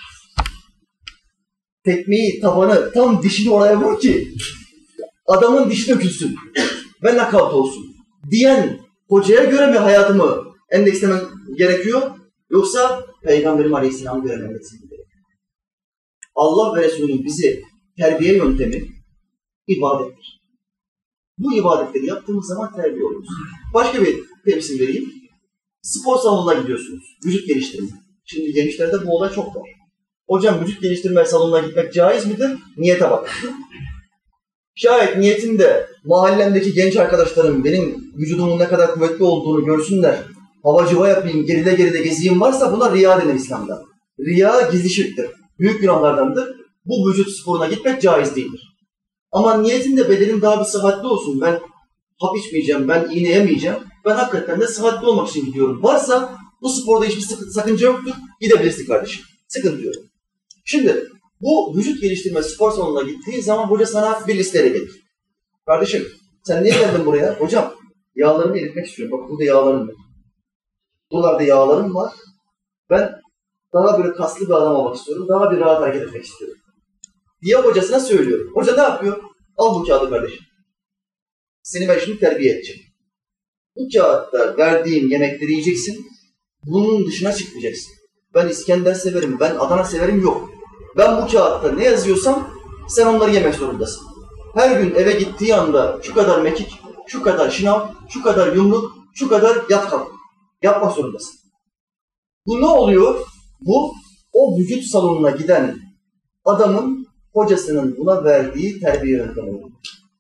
Tekmeyi, tabanı tam dişini oraya vur ki adamın dişi dökülsün ve nakavt olsun diyen hocaya göre mi hayatımı endekslemem gerekiyor? Yoksa Peygamberim Aleyhisselam'ı göre mi endekslemem gerekiyor? Allah ve Resulü'nün bizi terbiye yöntemi ibadettir. Bu ibadetleri yaptığımız zaman terbiye oluruz. Başka bir temsil vereyim. Spor salonuna gidiyorsunuz. Vücut geliştirme. Şimdi gençlerde bu olay çok var. Hocam vücut geliştirme salonuna gitmek caiz midir? Niyete bak. Şayet niyetinde mahallemdeki genç arkadaşlarım benim vücudumun ne kadar kuvvetli olduğunu görsünler, havacıva yapayım, geride geride gezeyim varsa buna riya denir İslam'da. Riya gizli şirktir. Büyük günahlardandır. Bu vücut sporuna gitmek caiz değildir. Ama niyetinde bedenim daha bir sıhhatli olsun, ben hap içmeyeceğim, ben iğne yemeyeceğim, ben hakikaten de sıhhatli olmak için gidiyorum. Varsa bu sporda hiçbir sakınca yoktur, gidebilirsin kardeşim. Sıkıntı yok. Şimdi bu vücut geliştirme spor salonuna gittiğin zaman hoca sana bir listeyle gelir. Kardeşim sen niye geldin buraya? Hocam yağlarımı eritmek istiyorum. Bak burada yağlarım var. Buralarda yağlarım var. Ben daha böyle kaslı bir adam olmak istiyorum. Daha bir rahat hareket etmek istiyorum. Diye hocasına söylüyorum. Hoca ne yapıyor? Al bu kağıdı kardeşim. Seni ben şimdi terbiye edeceğim. Bu kağıtta verdiğim yemekleri yiyeceksin. Bunun dışına çıkmayacaksın. Ben İskender severim, ben Adana severim yok. Ben bu kağıtta ne yazıyorsam sen onları yemek zorundasın. Her gün eve gittiği anda şu kadar mekik, şu kadar şınav, şu kadar yumruk, şu kadar yat kalk. Yapmak zorundasın. Bu ne oluyor? Bu o vücut salonuna giden adamın hocasının buna verdiği terbiye yöntemi oluyor.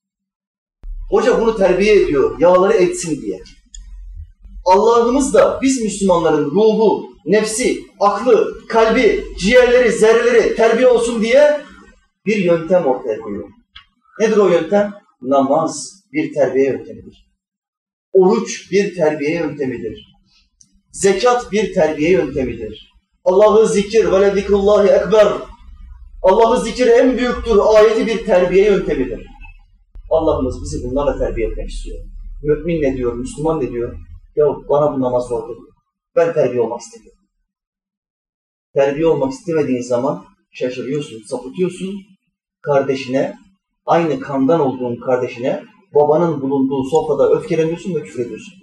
Hoca bunu terbiye ediyor, yağları etsin diye. Allah'ımız da biz Müslümanların ruhu, nefsi, aklı, kalbi, ciğerleri, zerreleri terbiye olsun diye bir yöntem ortaya koyuyor. Nedir o yöntem? Namaz bir terbiye yöntemidir. Oruç bir terbiye yöntemidir. Zekat bir terbiye yöntemidir. Allah'ı zikir ve lezikrullahi ekber. Allah'ı zikir en büyüktür ayeti bir terbiye yöntemidir. Allah'ımız bizi bunlarla terbiye etmek istiyor. Mümin ne diyor, Müslüman ne diyor? Ya bana bu namaz sordu. Ben terbiye olmak istemiyorum. Terbiye olmak istemediğin zaman şaşırıyorsun, sapıtıyorsun. Kardeşine, aynı kandan olduğun kardeşine, babanın bulunduğu sofrada öfkeleniyorsun ve küfür ediyorsun.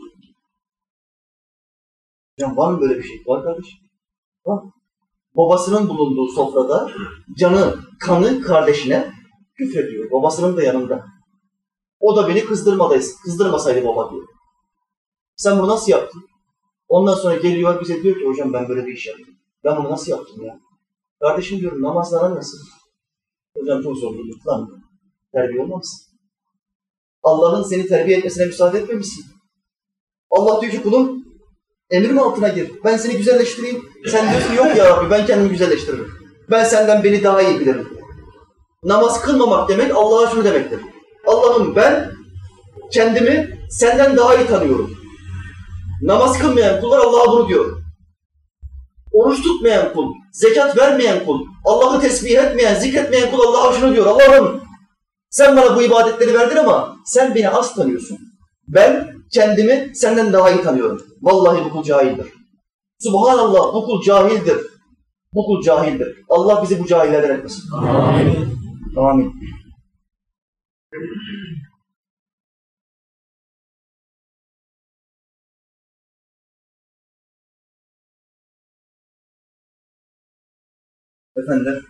Ya var mı böyle bir şey? Var kardeşim. Var. Babasının bulunduğu sofrada canı, kanı kardeşine küfrediyor. Babasının da yanında. O da beni kızdırmasaydı baba diyor. Sen bunu nasıl yaptın? Ondan sonra geliyor bize diyor ki hocam ben böyle bir iş yaptım. Ben bunu nasıl yaptım ya? Kardeşim diyorum namazlara nasıl? Hocam çok zor değil. Lan terbiye olmamışsın. Allah'ın seni terbiye etmesine müsaade etmemişsin. Allah diyor ki kulum emrim altına gir. Ben seni güzelleştireyim. Sen diyorsun yok ya Rabbi ben kendimi güzelleştiririm. Ben senden beni daha iyi bilirim. Namaz kılmamak demek Allah'a şunu demektir. Allah'ım ben kendimi senden daha iyi tanıyorum. Namaz kılmayan kullar Allah'a bunu diyor. Oruç tutmayan kul, zekat vermeyen kul, Allah'ı tesbih etmeyen, zikretmeyen kul Allah'a şunu diyor. Allah'ım sen bana bu ibadetleri verdin ama sen beni az tanıyorsun. Ben kendimi senden daha iyi tanıyorum. Vallahi bu kul cahildir. Subhanallah bu kul cahildir. Bu kul cahildir. Allah bizi bu cahillerden etmesin. Amin. Amin. Efendim,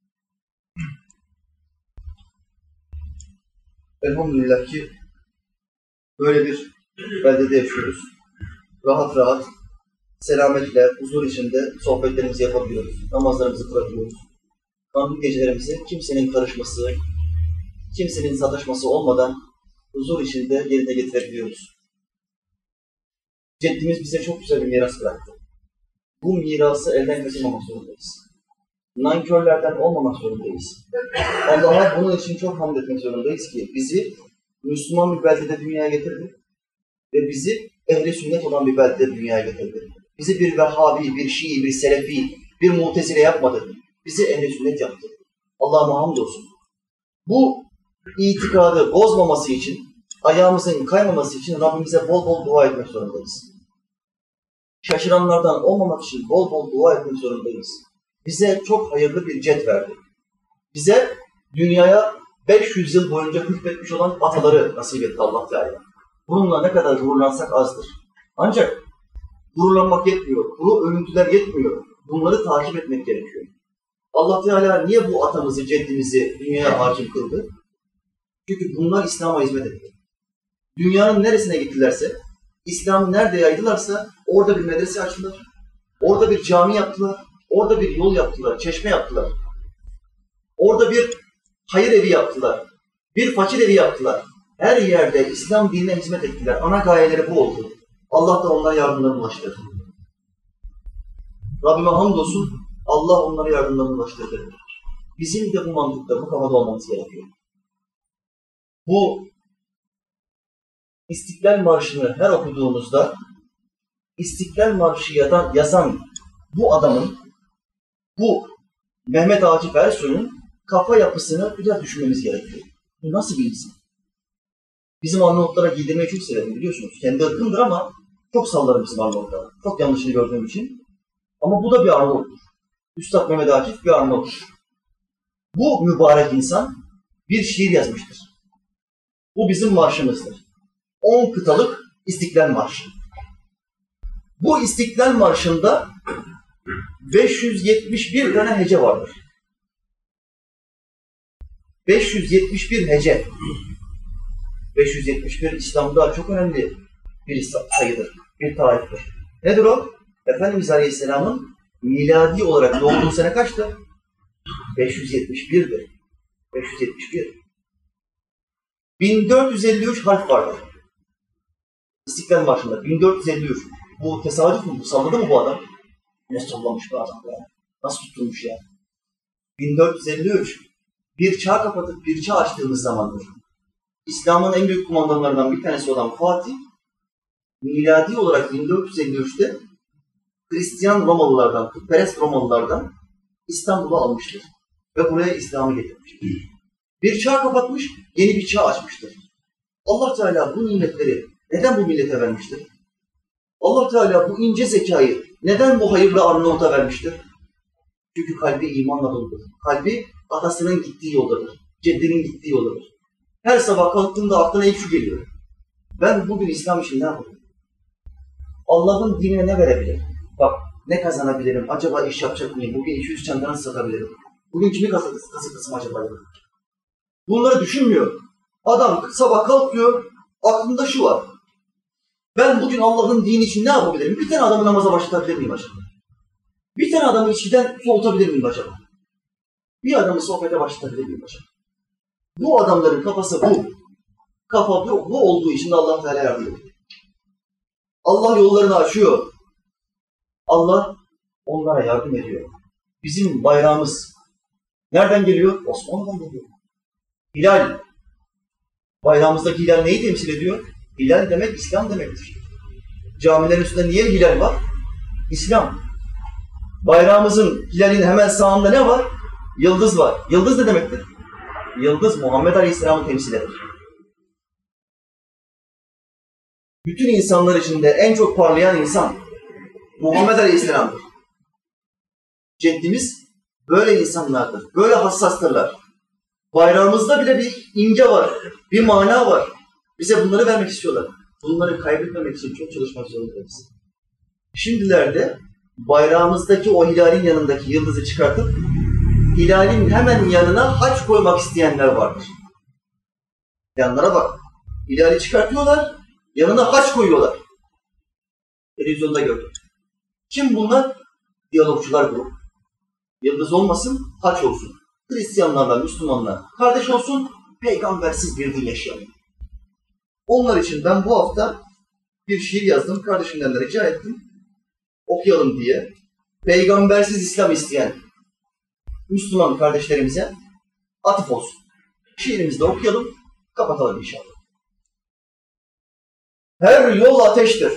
elhamdülillah ki böyle bir beldede yaşıyoruz. Rahat rahat, selametle, huzur içinde sohbetlerimizi yapabiliyoruz. Namazlarımızı kılabiliyoruz. Kandil gecelerimizi kimsenin karışması, kimsenin sataşması olmadan huzur içinde yerine getirebiliyoruz. Ceddimiz bize çok güzel bir miras bıraktı. Bu mirası elden kaçırmamak zorundayız. Nankörlerden olmamak zorundayız. Allah'a bunun için çok hamd etmek zorundayız ki bizi Müslüman bir beldede dünyaya getirdi ve bizi ehli sünnet olan bir beldede dünyaya getirdi. Bizi bir Vehhabi, bir Şii, bir Selefi, bir Mu'tezile yapmadı. Bizi ehli sünnet yaptı. Allah'a hamdolsun. Bu itikadı bozmaması için, ayağımızın kaymaması için Rabbimize bol bol dua etmek zorundayız. Şaşıranlardan olmamak için bol bol dua etmek zorundayız. Bize çok hayırlı bir cet verdi. Bize dünyaya 500 yıl boyunca hükmetmiş olan ataları nasip etti Allah Teala. Bununla ne kadar gururlansak azdır. Ancak gururlanmak yetmiyor, kuru övüntüler yetmiyor. Bunları takip etmek gerekiyor. Allah Teala niye bu atamızı, ceddimizi dünyaya hakim kıldı? Çünkü bunlar İslam'a hizmet etti. Dünyanın neresine gittilerse, İslam'ı nerede yaydılarsa orada bir medrese açtılar. Orada bir cami yaptılar. Orada bir yol yaptılar, çeşme yaptılar. Orada bir hayır evi yaptılar. Bir fakir evi yaptılar. Her yerde İslam dinine hizmet ettiler. Ana gayeleri bu oldu. Allah da onlara yardımlarını ulaştırdı. Rabbime hamdolsun, Allah onlara yardımlarını ulaştırdı. Bizim de bu mantıkta, bu kafada olmamız gerekiyor. Bu İstiklal Marşı'nı her okuduğumuzda İstiklal Marşı yazan bu adamın, bu Mehmet Akif Ersoy'un kafa yapısını biraz düşünmemiz gerekiyor. Bu nasıl bir insan? Bizim Arnavutlara giydirmeyi çok severim biliyorsunuz. Kendi ırkımdır ama çok sallarım bizim Arnavutlara. Çok yanlışını gördüğüm için. Ama bu da bir Arnavuttur. Üstad Mehmet Akif bir Arnavuttur. Bu mübarek insan bir şiir yazmıştır. Bu bizim marşımızdır. 10 kıtalık İstiklal Marşı. Bu İstiklal Marşı'nda 571 tane hece vardır. 571 hece. 571 İslam'da çok önemli bir sayıdır, bir tarihtir. Nedir o? Efendimiz Aleyhisselam'ın miladi olarak doğduğu sene kaçtı? 571'dir. 571. 1453 harf vardır. İstiklal Marşı'nda 1453. Bu tesadüf mü? Bu salladı mı bu adam? Ne sallamış bu adam ya? Nasıl tutulmuş ya? 1453. Bir çağ kapatıp bir çağ açtığımız zamandır. İslam'ın en büyük kumandanlarından bir tanesi olan Fatih, miladi olarak 1453'te Hristiyan Romalılardan, putperest Romalılardan İstanbul'u almıştır. Ve buraya İslam'ı getirmiştir. Bir çağ kapatmış, yeni bir çağ açmıştır. Allah Teala bu nimetleri neden bu millete vermiştir? Allah Teala bu ince zekayı neden bu hayırlı Arnavut'a vermiştir? Çünkü kalbi imanla doludur. Kalbi atasının gittiği yoldadır. Ceddinin gittiği yoldadır. Her sabah kalktığında aklına ilk şu geliyor. Ben bugün İslam için ne yapayım? Allah'ın dinine ne verebilirim? Bak ne kazanabilirim? Acaba iş yapacak mıyım? Bugün 200 çanta nasıl satabilirim? Bugün kimi kazıklasam acaba? Bunları düşünmüyor. Adam sabah kalkıyor, aklında şu var. Ben bugün Allah'ın dini için ne yapabilirim? Bir tane adamı namaza başlatabilir miyim acaba? Bir tane adamı içkiden soğutabilir miyim acaba? Bir adamı sohbete başlatabilir miyim acaba? Bu adamların kafası bu. Kafa bu olduğu için de Allah Teala yardım ediyor. Allah yollarını açıyor. Allah onlara yardım ediyor. Bizim bayrağımız nereden geliyor? Osmanlı'dan geliyor. Hilal. Bayrağımızdaki hilal neyi temsil ediyor? Hilal demek İslam demektir. Camilerin üstünde niye hilal var? İslam. Bayrağımızın, hilalin hemen sağında ne var? Yıldız var. Yıldız ne demektir? Yıldız Muhammed Aleyhisselam'ı temsil eder. Bütün insanlar içinde en çok parlayan insan Muhammed Aleyhisselam'dır. Ceddimiz böyle insanlardır. Böyle hassastırlar. Bayrağımızda bile bir ince var, bir mana var. Bize bunları vermek istiyorlar. Bunları kaybetmemek için çok çalışmak zorundayız. Şimdilerde bayrağımızdaki o hilalin yanındaki yıldızı çıkartıp hilalin hemen yanına haç koymak isteyenler vardır. Yanlara bak. Hilali çıkartıyorlar, yanına haç koyuyorlar. Televizyonda gördüm. Kim bunlar? Diyalogçular grubu. Yıldız olmasın, haç olsun. Hristiyanlarla Müslümanlar kardeş olsun, peygambersiz bir din yaşayalım. Onlar için ben bu hafta bir şiir yazdım, kardeşimden de rica ettim. Okuyalım diye. Peygambersiz İslam isteyen Müslüman kardeşlerimize atıf olsun. Şiirimizi de okuyalım, kapatalım inşallah. Her yol ateştir.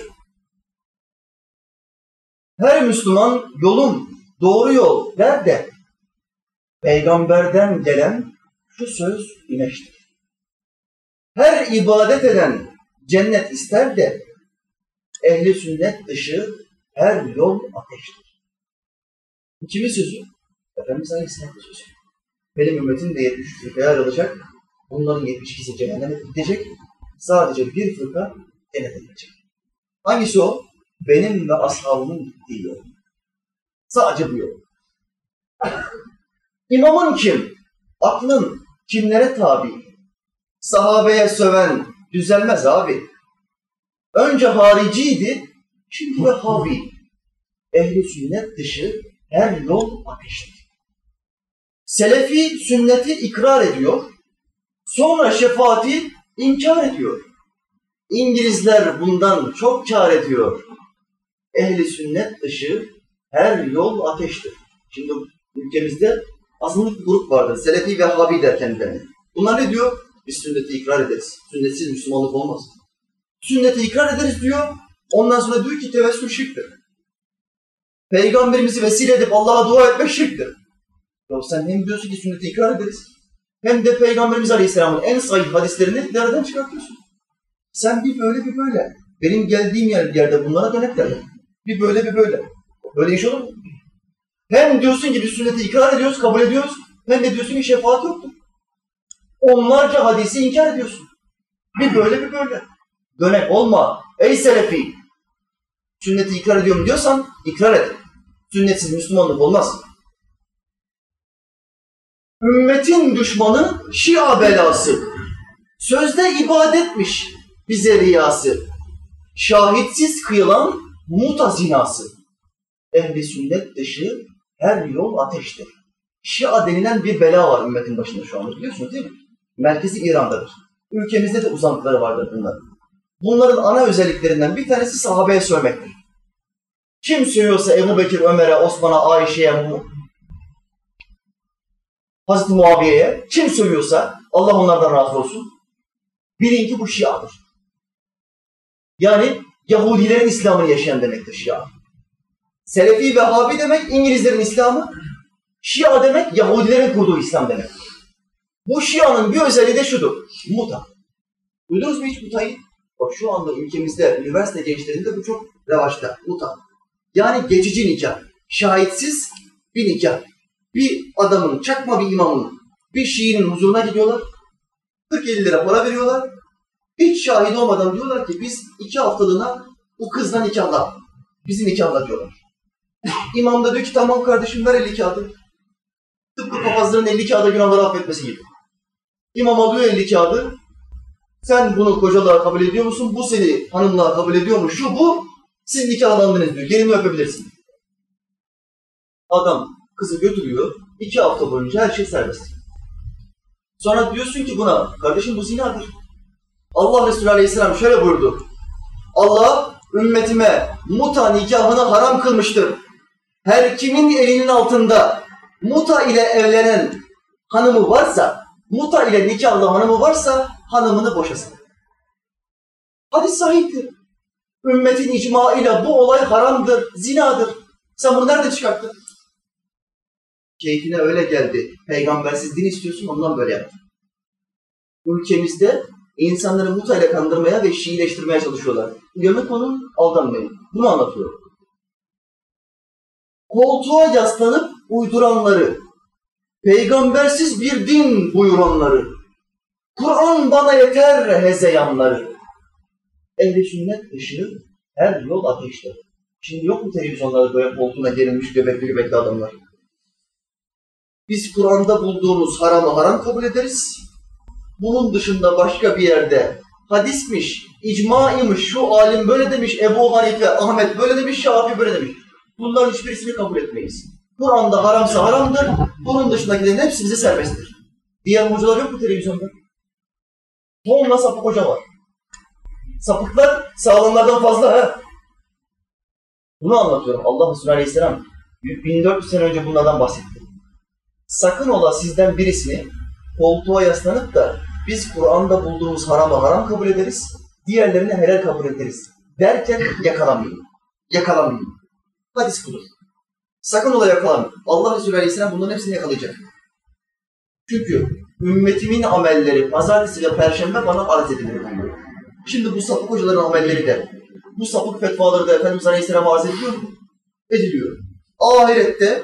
Her Müslüman yolum, doğru yol der de peygamberden gelen şu söz güneştir. Her ibadet eden cennet ister de ehli sünnet dışı her yol ateştir. Bu kimin sözü? Efendimiz Aleyhisselatü sözü. Benim ümmetim de 73 fırkaya ayrılacak. Bunların 72'si cehenneme gidecek. Sadece bir fırka cennete gidecek. Hangisi o? Benim ve ashabımın gittiği yol. Sadece bu yol. İmamın kim? Aklın kimlere tabi? Sahabeye söven düzelmez abi. Önce hariciydi, şimdi Vehhabi. Ehli sünnet dışı her yol ateştir. Selefi sünneti ikrar ediyor, sonra şefaati inkar ediyor. İngilizler bundan çok kâr ediyor. Ehli sünnet dışı her yol ateştir. Şimdi ülkemizde azınlık bir grup vardır. Selefi ve Vehhabi der kendilerine. Bunlar ne diyor? Biz sünneti ikrar ederiz. Sünnetsiz Müslümanlık olmaz. Sünneti ikrar ederiz diyor. Ondan sonra diyor ki tevessül şirktir. Peygamberimizi vesile edip Allah'a dua etmek şirktir. Ya sen hem diyorsun ki sünneti ikrar ederiz, hem de Peygamberimiz Aleyhisselam'ın en sahih hadislerini nereden çıkartıyorsun? Sen bir böyle bir böyle. Benim geldiğim yerde bunlara dönek derler. Bir böyle bir böyle. Böyle iş olur mu? Hem diyorsun ki biz sünneti ikrar ediyoruz, kabul ediyoruz, hem de diyorsun ki şefaat yoktur. Onlarca hadisi inkar ediyorsun. Bir böyle bir böyle. Dönek olma. Ey Selefi! Sünneti ikrar ediyorum diyorsan ikrar et. Sünnetsiz Müslümanlık olmaz. Ümmetin düşmanı Şia belası. Sözde ibadetmiş bize riyası. Şahitsiz kıyılan muta zinası. Ehli sünnet dışı her yol ateştir. Şia denilen bir bela var ümmetin başında şu anda, biliyorsunuz değil mi? Merkezi İran'dadır. Ülkemizde de uzantıları vardır bunların. Bunların ana özelliklerinden bir tanesi sahabeye sövmektir. Kim sövüyorsa Ebu Bekir, Ömer'e, Osman'a, Ayşe'ye, Hazreti Muaviye'ye, kim sövüyorsa Allah onlardan razı olsun. Bilin ki bu Şia'dır. Yani Yahudilerin İslam'ını yaşayan demektir Şia. Selefi ve Vehhabi demek İngilizlerin İslam'ı, Şia demek Yahudilerin kurduğu İslam demek. Bu Şia'nın bir özelliği de şudur, muta. Duydunuz mu hiç mutayı? Bak şu anda ülkemizde, üniversite gençlerinde bu çok revaçta, muta. Yani geçici nikah, şahitsiz bir nikah. Bir adamın, çakma bir imamın, bir Şii'nin huzuruna gidiyorlar, 40-50 lira para veriyorlar, hiç şahit olmadan diyorlar ki biz 2 haftalığına bu kızla nikahla, bizi nikahla diyorlar. İmam da diyor ki tamam kardeşim ver 50 kağıdı. Tıpkı papazların 50 kağıda günahları affetmesi gibi. İmam alıyor 50 kağıdı, sen bunu kocalığa kabul ediyor musun, bu seni hanımlığa kabul ediyor mu, şu bu, siz nikahlandınız diyor, gelini öpebilirsin. Adam kızı götürüyor, 2 hafta boyunca her şey serbest. Sonra diyorsun ki buna, kardeşim bu zinadır. Allah Resulü Aleyhisselam şöyle buyurdu. Allah ümmetime muta nikahını haram kılmıştır. Her kimin elinin altında muta ile evlenen hanımı varsa, muta ile nikahlı hanımı varsa hanımını boşasın. Hadis sahihtir. Ümmetin icmaıyla bu olay haramdır, zinadır. Sen bunu nerede çıkarttın? Keyfine öyle geldi. Peygambersiz din istiyorsun, ondan böyle yaptın. Ülkemizde insanları mutayla kandırmaya ve Şiileştirmeye çalışıyorlar. Yanık olun, aldanmayın. Bunu anlatıyorum. Koltuğa yaslanıp uyduranları, peygambersiz bir din buyuranları, Kur'an bana yeter hezeyanları, ehli sünnet dışı her yol ateştir. Şimdi yok mu televizyonlarda böyle koltuğuna gerilmiş göbekli adamlar? Biz Kur'an'da bulduğumuz haramı haram kabul ederiz. Bunun dışında başka bir yerde hadismiş, icmaıymış, şu alim böyle demiş, Ebu Hanife, Ahmet böyle demiş, Şafii böyle demiş. Bunların hiçbirisini kabul etmeyiz. Kur'an'da haramsa haramdır, bunun dışındakilerin hepsi bize serbesttir. Diğer hocalar yok mu televizyonda? Tonla sapık hoca var. Sapıklar sağlamlardan fazla ha. Bunu anlatıyorum. Allah Resulü Aleyhisselam 1400 sene önce bunlardan bahsetti. Sakın ola sizden birisini koltuğa yaslanıp da biz Kur'an'da bulduğumuz haramı haram kabul ederiz, diğerlerini helal kabul ederiz derken yakalamayın. Yakalamayın. Hadis budur. Sakın ola yakalamayın. Allah Resulü Aleyhisselam bunların hepsini yakalayacak. Çünkü ümmetimin amelleri pazartesi ve perşembe bana arz edilir. Şimdi bu sapık hocaların amelleri de, bu sapık fetvaları da Efendimiz Aleyhisselam'a arz ediliyor mu? Ediliyor. Ahirette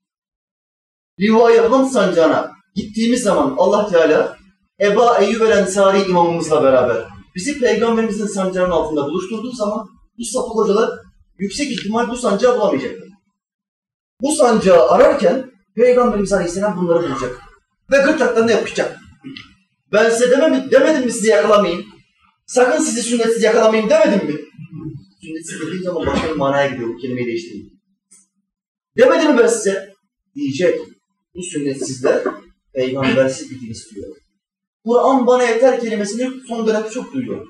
Rivai Hamd sancağına gittiğimiz zaman Allah Teala Eba Eyyub el-Ensari imamımızla beraber bizi Peygamberimizin sancağının altında buluşturduğu zaman bu sapık hocalar yüksek ihtimal bu sancağı bulamayacaklar. Bu sancağı ararken Peygamberimiz Aleyhisselam bunları bulacak. Ve gırtlaklarına yapışacak. Ben size demedim mi sizi yakalamayayım? Sakın sizi sünnetsiz yakalamayayım demedim mi? Sünnetsiz dediğim zaman başka bir manaya gidiyor, bu kelimeyi değiştireyim. Demedim mi ben size? Diyecek. Bu sünnetsizler peygambersiz bir din istiyor. Kur'an bana yeter kelimesini son dönemde çok duyuyor.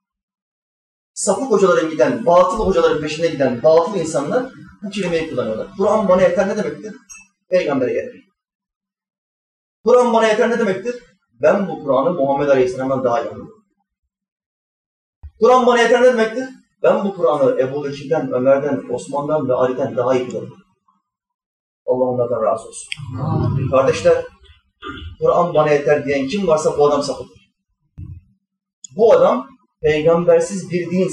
Sapık hocaların giden, batıl hocaların peşine giden batıl insanlar bu kelimeyi kullanıyorlar. Kur'an bana yeter ne demektir? Peygamber'e yeter. Kur'an bana yeter ne demektir? Ben bu Kur'an'ı Muhammed Aleyhisselam'dan daha iyi anlıyorum. Kur'an bana yeter ne demektir? Ben bu Kur'an'ı Ebu Bekir'den, Ömer'den, Osman'dan ve Ali'den daha iyi biliyorum. Allah onlardan razı olsun. Kardeşler, Kur'an bana yeter diyen kim varsa bu adam sapıktır. Bu adam peygambersiz bir din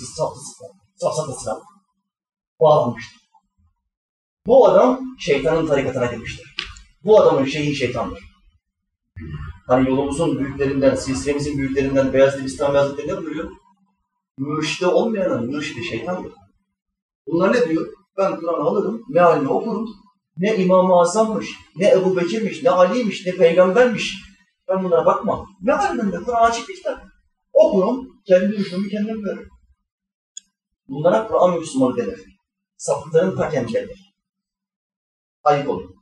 safsatısına bağlanmıştır. Bu adam şeytanın tarikatına girmiştir. Bu adamın şeyhi şeytandır. Hani yolumuzun büyüklerinden, silsilemizin büyüklerinden Beyazıt İslam Hazretleri ne buyuruyor? Mürşide olmayanın mürşidi şeytandır. Bunlar ne diyor? Ben Kur'an'ı alırım, mealini okurum. Ne İmam-ı Azam'mış, ne Ebu Bekir'miş, ne Ali'ymiş, ne Peygamber'miş. Ben bunlara bakmam. Mealimde Kur'an açık bir kitap. Okurum, kendi hükmümü kendim veririm. Bunlara Kur'an Müslümanı denir. Sapıkların ta kendileridir. Ayıp olur.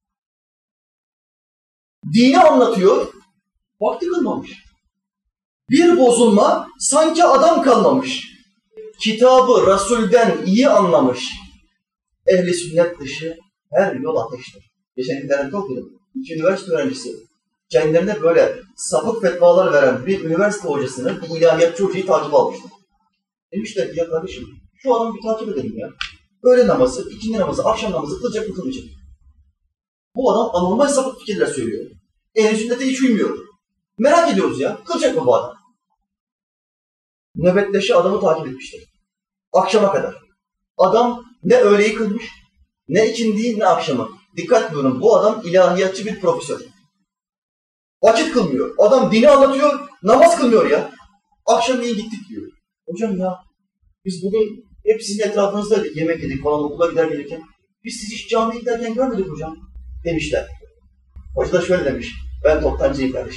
Dini anlatıyor, vakti kılmamış. Bir bozulma, sanki adam kalmamış. Kitabı Resul'den iyi anlamış. Ehli sünnet dışı her yol ateştir. Geçen internette okudum. 2 üniversite öğrencisi kendilerine böyle sapık fetvalar veren bir üniversite hocasını, bir ilahiyatçı hocayı takip almışlar. Demişler ki ya kardeşim, şu adamı bir takip edelim ya. Öğle namazı, ikindi namazı, akşam namazı kılacak mı kılmayacak? Bu adam anormal sapık fikirler söylüyor. Ehl-i sünnete hiç uymuyor. Merak ediyoruz ya, kılacak mı bu adam? Nöbetleşe adamı takip etmişler. Akşama kadar. Adam ne öğleyi kılmış, ne ikindiyi ne akşamı. Dikkat buyurun, bu adam ilahiyatçı bir profesör. Vakit kılmıyor. Adam dini anlatıyor, namaz kılmıyor ya. Akşamleyin gittik diyor. Hocam ya, biz bugün hep sizin etrafınızdaydık, yemek yedik falan, okula gider gelirken. Biz sizi hiç camiye giderken görmedik hocam, demişler. Hoca da şöyle demiş, ben toptancıyım kardeşim.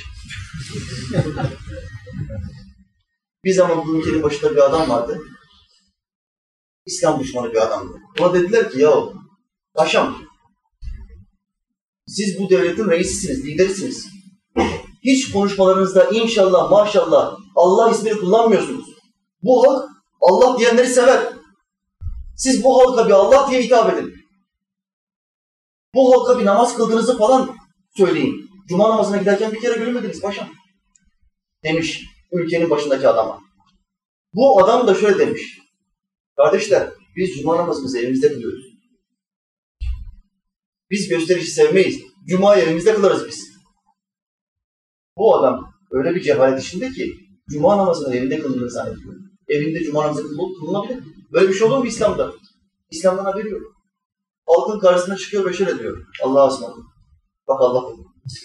Bir zaman bu ülkenin başında bir adam vardı. İslam düşmanı bir adamdı. Ona dediler ki ya paşam, siz bu devletin reisisiniz, liderisiniz. Hiç konuşmalarınızda inşallah, maşallah Allah ismini kullanmıyorsunuz. Bu halk Allah diyenleri sever. Siz bu halka bir Allah diye hitap edin. Bu halka bir namaz kıldığınızı falan söyleyin. Cuma namazına giderken bir kere gülmediniz paşam. Demiş ülkenin başındaki adama. Bu adam da şöyle demiş. Kardeşler, biz cuma namazımızı evimizde kılıyoruz. Biz gösterişi sevmeyiz. Cuma evimizde kılarız biz. Bu adam öyle bir cehalet içinde ki cuma namazını evinde kıldığını zannediyor. Evinde cuma namazı kılınabilir. Böyle bir şey olur mu İslam'da? İslam'dan haberi yok. Halkın karşısına çıkıyor ve şöyle diyor. Allah'a ısmarladık. Bak Allah olur.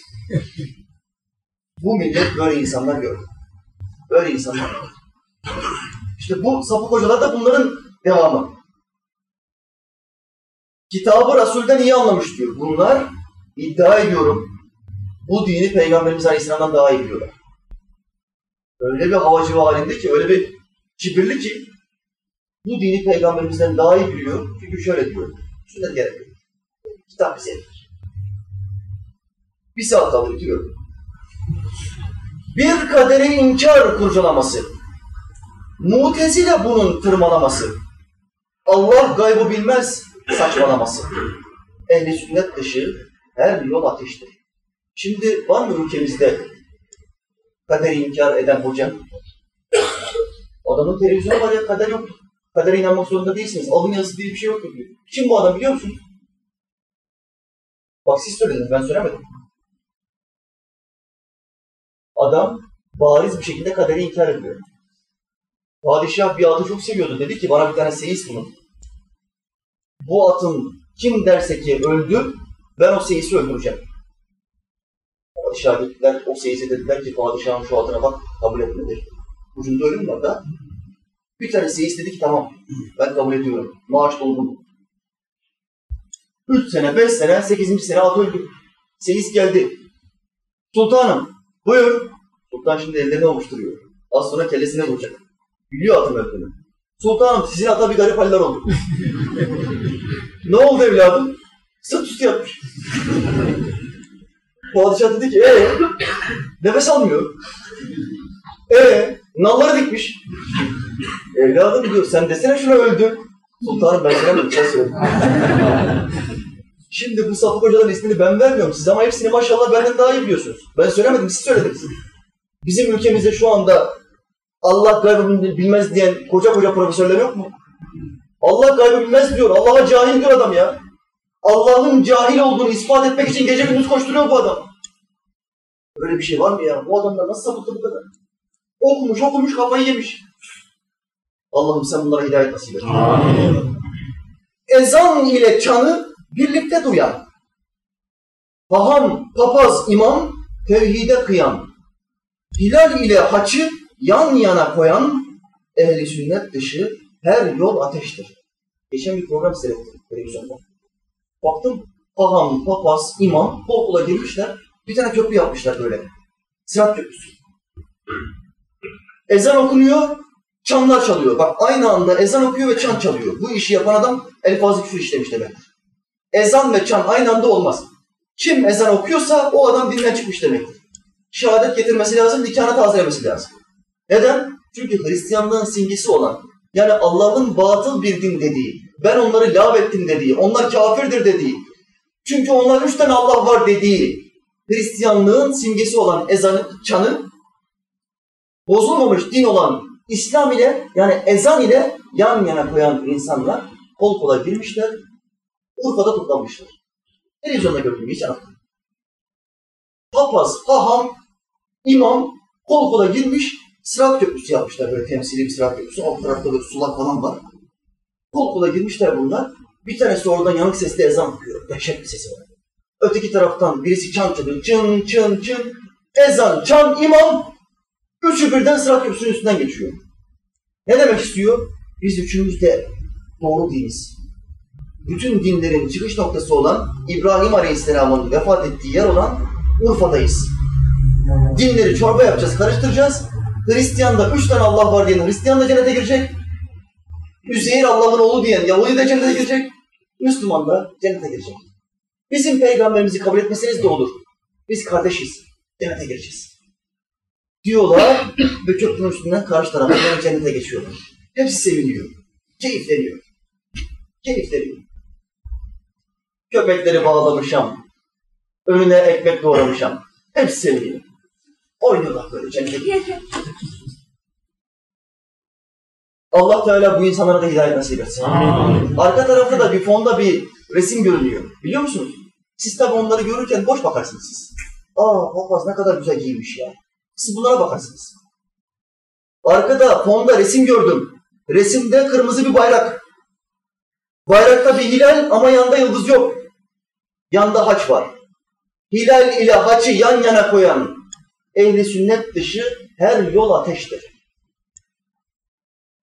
Bu millet böyle insanlar gördü. Böyle insanlar gördü. İşte bu sapık hocalar da bunların devamı. Kitabı Resul'den iyi anlamış diyor. Bunlar iddia ediyorum, bu dini Peygamberimiz Aleyhisselam'dan daha iyi biliyorlar. Öyle bir havacı halinde ki, öyle bir kibirli ki, bu dini Peygamberimizden daha iyi biliyor. Çünkü şöyle diyor, sünnet gerek yok. Kitap bize verir. Bir saat kaldı, bitiriyorum. Bir kaderi inkar kurcalaması, Mu'tezile bunun tırmalaması, Allah gaybı bilmez saçmalaması, ehli sünnet dışı her yol ateştir. Şimdi var mı ülkemizde kaderi inkar eden hoca? Adamın televizyonu var ya, kader yok. Kadere inanmak zorunda değilsiniz. Alın yazısı diye bir şey yok diyor. Kim bu adam biliyor musunuz? Bak siz söylediniz, ben söylemedim. Adam bariz bir şekilde kaderi inkar ediyor. Padişah bir atı çok seviyordu. Dedi ki bana bir tane seyis bulun. Bu atın kim derse ki öldü, ben o seyisi öldüreceğim. Padişah gittiler, o seyise dediler ki padişahın şu atına bak, kabul etmedi. Ucunda ölüm var da. Bir tane seyis dedi ki tamam, ben kabul ediyorum. Maaş dolgun. 3 sene, 5 sene, 8. sene at öldü. Seyis geldi. Sultanım, buyur. Sultan şimdi ellerini ovuşturuyor. Az sonra kellesine vuracak. Biliyor atın öldüğünü. Sultanım, sizin ata bir garip haller oldu. Ne oldu evladım? Sırt üstü yapmış. Padişah dedi ki, nefes almıyor. Nalları dikmiş. Evladım diyor, sen desene şuna öldü. Sultanım ben sana sen söyledim. Şimdi bu sapık hocaların ismini ben vermiyorum siz ama hepsini maşallah benden daha iyi biliyorsunuz. Ben söylemedim, siz söylediniz. Bizim ülkemizde şu anda Allah gaybı bilmez diyen koca profesörler yok mu? Allah gaybı bilmez diyor, Allah'a cahil diyor adam ya. Allah'ın cahil olduğunu ispat etmek için gece gündüz koşturuyor bu adam. Öyle bir şey var mı ya? Bu adamlar nasıl sapıttı bu kadar? Okumuş kafayı yemiş. Allah'ım sen bunlara hidayet nasip et. Amin. Ezan ile çanı birlikte duyan, faham, papaz, imam, tevhide kıyan, hilal ile haçı yan yana koyan, ehli sünnet dışı her yol ateştir. Geçen bir program seyrettim televizyonda. Baktım, faham, papaz, imam, kol kola girmişler, bir tane köprü yapmışlar böyle. Sırat köprüsü. Ezan okunuyor, çanlar çalıyor. Bak aynı anda ezan okuyor ve çan çalıyor. Bu işi yapan adam elfaz-ı küfür işlemiş demektir. Ezan ve çan aynı anda olmaz. Kim ezan okuyorsa o adam dinden çıkmış demektir. Şehadet getirmesi lazım, nikahını tazelemesi lazım. Neden? Çünkü Hristiyanlığın simgesi olan, yani Allah'ın batıl bir din dediği, ben onları lağvettim dediği, onlar kafirdir dediği, çünkü onlar 3 tane Allah var dediği, Hristiyanlığın simgesi olan ezanı, çanı, bozulmamış din olan İslam ile, yani ezan ile yan yana koyan insanlar kol kola girmişler, Urfa'da toplanmışlar. Televizyonda gördüm, hiç anlatmadım. Papaz, haham, imam kol kola girmiş, sırat köprüsü yapmışlar, böyle temsili bir sırat köprüsü, alt tarafta böyle sulak falan var. Kol kola girmişler bunlar, bir tanesi oradan yanık sesle ezan okuyor, dehşet bir sesi var. Öteki taraftan birisi çan çalıyor, çın çın çın, ezan, çan, imam, üçü birden sırat köprüsünün üstünden geçiyor. Ne demek istiyor? Biz üçümüz de doğru diniz. Bütün dinlerin çıkış noktası olan İbrahim Aleyhisselam'ın vefat ettiği yer olan Urfa'dayız. Dinleri çorba yapacağız, karıştıracağız. Hristiyan'da 3 tane Allah var diyen Hristiyan da cennete girecek. Üzeyir Allah'ın oğlu diyen Yahudi de cennete girecek. Müslüman da cennete girecek. Bizim peygamberimizi kabul etmeseniz de olur. Biz kardeşiz, cennete gireceğiz. Diyorlar ve köprünün üstünden karşı tarafa yani cennete geçiyorlar. Hepsi seviniyor, keyifleniyor. Keyifleniyor. Köpekleri bağlamışam, önüne ekmek doğramışam. Hepsi seviniyor. Oynuyorlar böyle cennete. Allah Teala bu insanlara da hidayet nasip etsin. Amin. Arka tarafta da bir fonda bir resim görünüyor. Biliyor musunuz? Siz tabi onları görürken boş bakarsınız siz. Papaz ne kadar güzel giymiş ya. Siz bunlara bakarsınız. Arkada fonda resim gördüm. Resimde kırmızı bir bayrak. Bayrakta bir hilal ama yanında yıldız yok. Yanda haç var. Hilal ile haçı yan yana koyan ehli sünnet dışı her yol ateştir.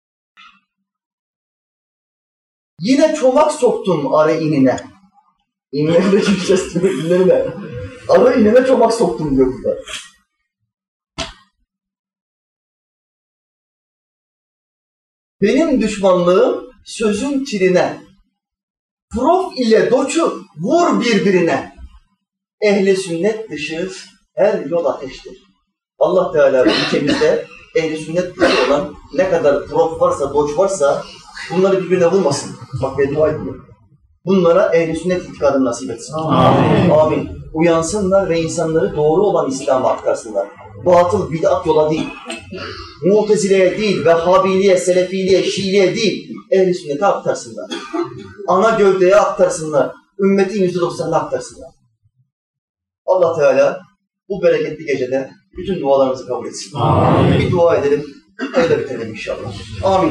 Yine çomak soktum arı inine. İğneyle gideceğiz diyor iğneyle. Ara iğnene çomak soktum diyor burada. Benim düşmanlığım sözün tiline. Prof ile doçu vur birbirine. Ehli sünnet dışı her yol ateştir. Allah Teala ülkemizde ehli sünnet dışı olan ne kadar prof varsa, doç varsa bunları birbirine vurmasın. Bak beddua ediyor. Bunlara ehli sünnet itikadını nasip etsin. Amin. Amin. Uyansınlar ve insanları doğru olan İslam'a aktarsınlar. Batıl bid'at yola değil. Mu'tezile'ye değil, Vehhabiliğe, Selefiliğe, Şiiliğe değil, ehli sünnete aktarsınlar. Ana gövdeye aktarsınlar. Ümmetin %90'ını aktarsınlar. Allah Teala bu bereketli gecede bütün dualarımızı kabul etsin. Amin. Bir dua edelim, öyle bitirelim inşallah. Amin.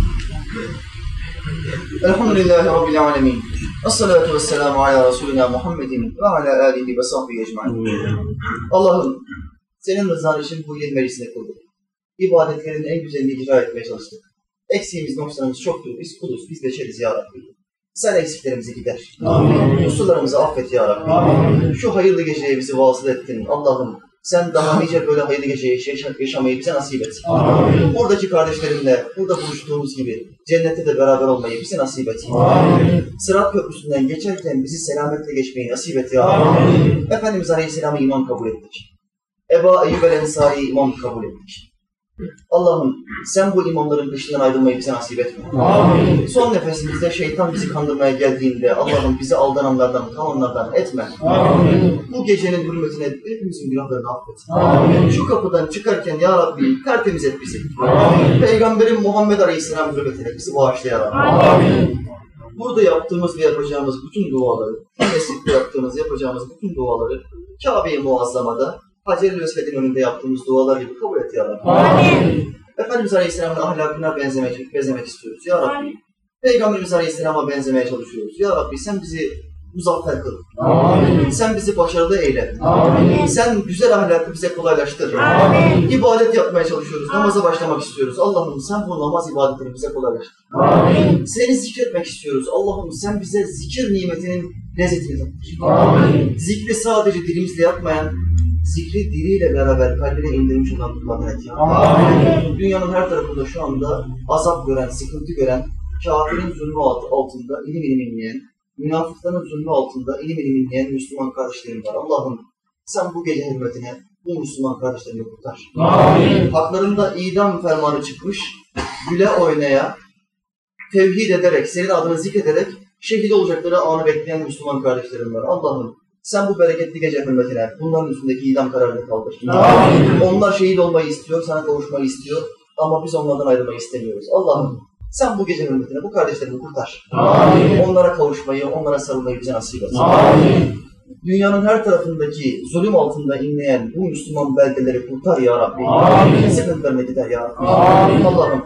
Elhamdülillahi Rabbil alemin. Esselatu vesselamu ala Resulina Muhammedin ve ala alihi ve sahbihi ecmaîn. Allah'ım, senin rızan için bu yıl meclisine kıldık. İbadetlerin en güzelini icra etmeye çalıştık. Eksiğimiz, noksanımız çoktur. Biz kuluz, biz beşeriz ya Rabbi. Sen eksiklerimizi gider. Kusurlarımızı affet ya Rabbi. Amin. Şu hayırlı geceye bizi vasıl ettin. Allah'ım, sen daha nice böyle hayırlı geceyi yaşamayı bize nasip et. Amin. Buradaki kardeşlerimle, burada buluştuğumuz gibi cennette de beraber olmayı bize nasip et. Amin. Sırat köprüsünden geçerken bizi selametle geçmeyi nasip et ya Rabbi. Amin. Efendimiz Aleyhisselam'ı imam kabul ettik. Ebu Eyyub el-Ensari'yi imam kabul ettik. Allah'ım sen bu imamların dışından ayrılmayı bize nasip etme. Amin. Son nefesimizde şeytan bizi kandırmaya geldiğinde Allah'ım bizi aldananlardan, kananlardan etme. Amin. Bu gecenin hürmetine hepimizin günahlarını affet. Amin. Şu kapıdan çıkarken ya Rabbi tertemiz et bizi. Amin. Peygamberin Muhammed Aleyhisselam hürmetine bizi bağışla ya Rabbi. Amin. Burada yaptığımız ve yapacağımız bütün duaları, mescitte yaptığımız, yapacağımız bütün duaları Kabe-i Muazzama'da Hacer-i Esved'in önünde yaptığımız dualar gibi kabul et ya Rabbi. Amin. Efendimiz Aleyhisselam'ın ahlakına benzemek istiyoruz ya Rabbi. Amin. Peygamberimiz Aleyhisselam'a benzemeye çalışıyoruz. Ya Rabbi sen bizi muzaffer kıl. Amin. Sen bizi başarılı eyle. Amin. Sen güzel ahlakı bize kolaylaştır. Amin. İbadet yapmaya çalışıyoruz. Namaza başlamak istiyoruz. Allah'ım sen bu namaz ibadetini bize kolaylaştır. Amin. Seni zikretmek istiyoruz. Allah'ım sen bize zikir nimetinin lezzetini tatır. Amin. Zikri sadece dilimizle yapmayan, zikri diliyle beraber kalbine indirmiş olan kullarına et ya. Amin. Dünyanın her tarafında şu anda azap gören, sıkıntı gören, kafirin zulmü altında ilim inleyen, münafıkların zulmü altında ilim inleyen Müslüman kardeşlerim var. Allah'ım sen bu gece hürmetine bu Müslüman kardeşlerimi kurtar. Amin. Haklarında idam fermanı çıkmış, güle oynaya, tevhid ederek, senin adını zikrederek şehit olacakları anı bekleyen Müslüman kardeşlerim var. Allah'ım sen bu bereketli gece hürmetine bunların üstündeki idam kararını kaldır. Amin. Onlar şehit olmayı istiyor, sana kavuşmayı istiyor ama biz onlardan ayrılmayı istemiyoruz. Allah'ım sen bu gece hürmetine bu kardeşlerimi kurtar. Amin. Onlara kavuşmayı, onlara sarılmayı bize nasip et. Amin. Dünyanın her tarafındaki zulüm altında inleyen bu Müslüman beldeleri kurtar ya Rabbi. Amin. Sıkıntılarına gider ya Rabbi. Amin. Allah'ım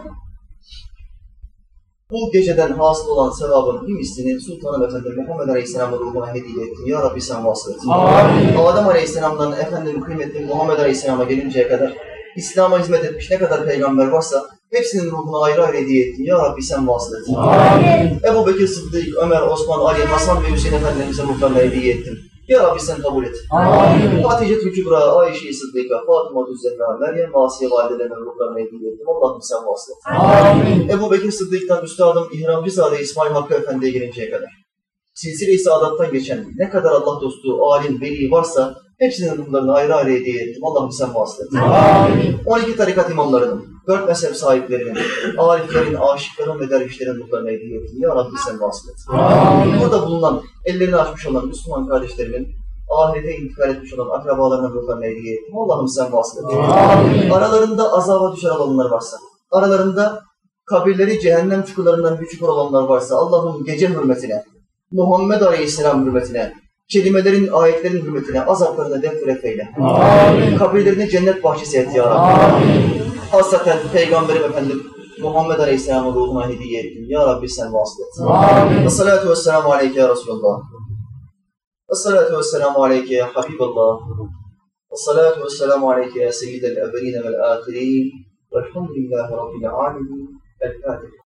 bu geceden hasıl olan sevabın bir mislini Sultanım Efendim Muhammed Aleyhisselam'ın ruhuna hediye ettin. Ya Rabbi sen vasıl et. Amin. Adem Aleyhisselam'dan Efendim kıymetli Muhammed Aleyhisselam'a gelinceye kadar İslam'a hizmet etmiş ne kadar peygamber varsa hepsinin ruhuna ayrı ayrı hediye ettin. Ya Rabbi sen vasıl et. Amin. Ebu Bekir Sıddık, Ömer, Osman, Ali, Hasan ve Hüseyin Efendimiz'e ruhlarına hediye ettin. Ya Rabbi sen kabul et. Amin. Hatice-i Kübra, Ayşe-i Sıddık'a, Fatıma-tü Zehra, Meryem Asiye validelerine ruhlarına hediye ettim. Allah'ım sen vasıl et. Amin. Ebu Bekir Sıddık'tan Üstadım İhram Rizade İsmail Hakkı Efendi'ye gelinceye kadar silsile-i saadattan geçen ne kadar Allah dostu, alim, veli varsa hepsinin ruhlarına ayrı ayrı hediye ettim. Allah'ım sen vasıl et. Amin. 12 tarikat imamlarının, 4 mezhep sahiplerinin, ariflerin, aşıkların ve dervişlerin ruhlarına hediye ettim. Ya Rabbi sen vasıl et. Amin. Burada bulunan, ellerini açmış olan Müslüman kardeşlerimin, ahirete intikal etmiş olan akrabalarına ruhlarına hediye ettim. Allah'ım sen vasıl et. Amin. Aralarında azaba düşer olanlar varsa, aralarında kabirleri cehennem çukurlarından bir çukur olanlar varsa, Allah'ım gece hürmetine, Muhammed Aleyhisselam hürmetine, kelimelerin, ayetlerin hürmetine azaplarını defteref eyle. Amin. Kabirlerini cennet bahçesi et ya Rabbi. Amin. Hasaten Peygamberim Efendim Muhammed Aleyhisselam'ın ruhuna hediye ettim. Ya Rabbi sen vasıl et. Amin. Esselatu vesselamu aleyke ya Resulallah. Esselatu vesselamu aleyke ya Habiballah. Esselatu vesselamu aleyke ya Seyyidel evveline vel ahirin. Velhamdülillahi Rabbil alemin. El Fatiha.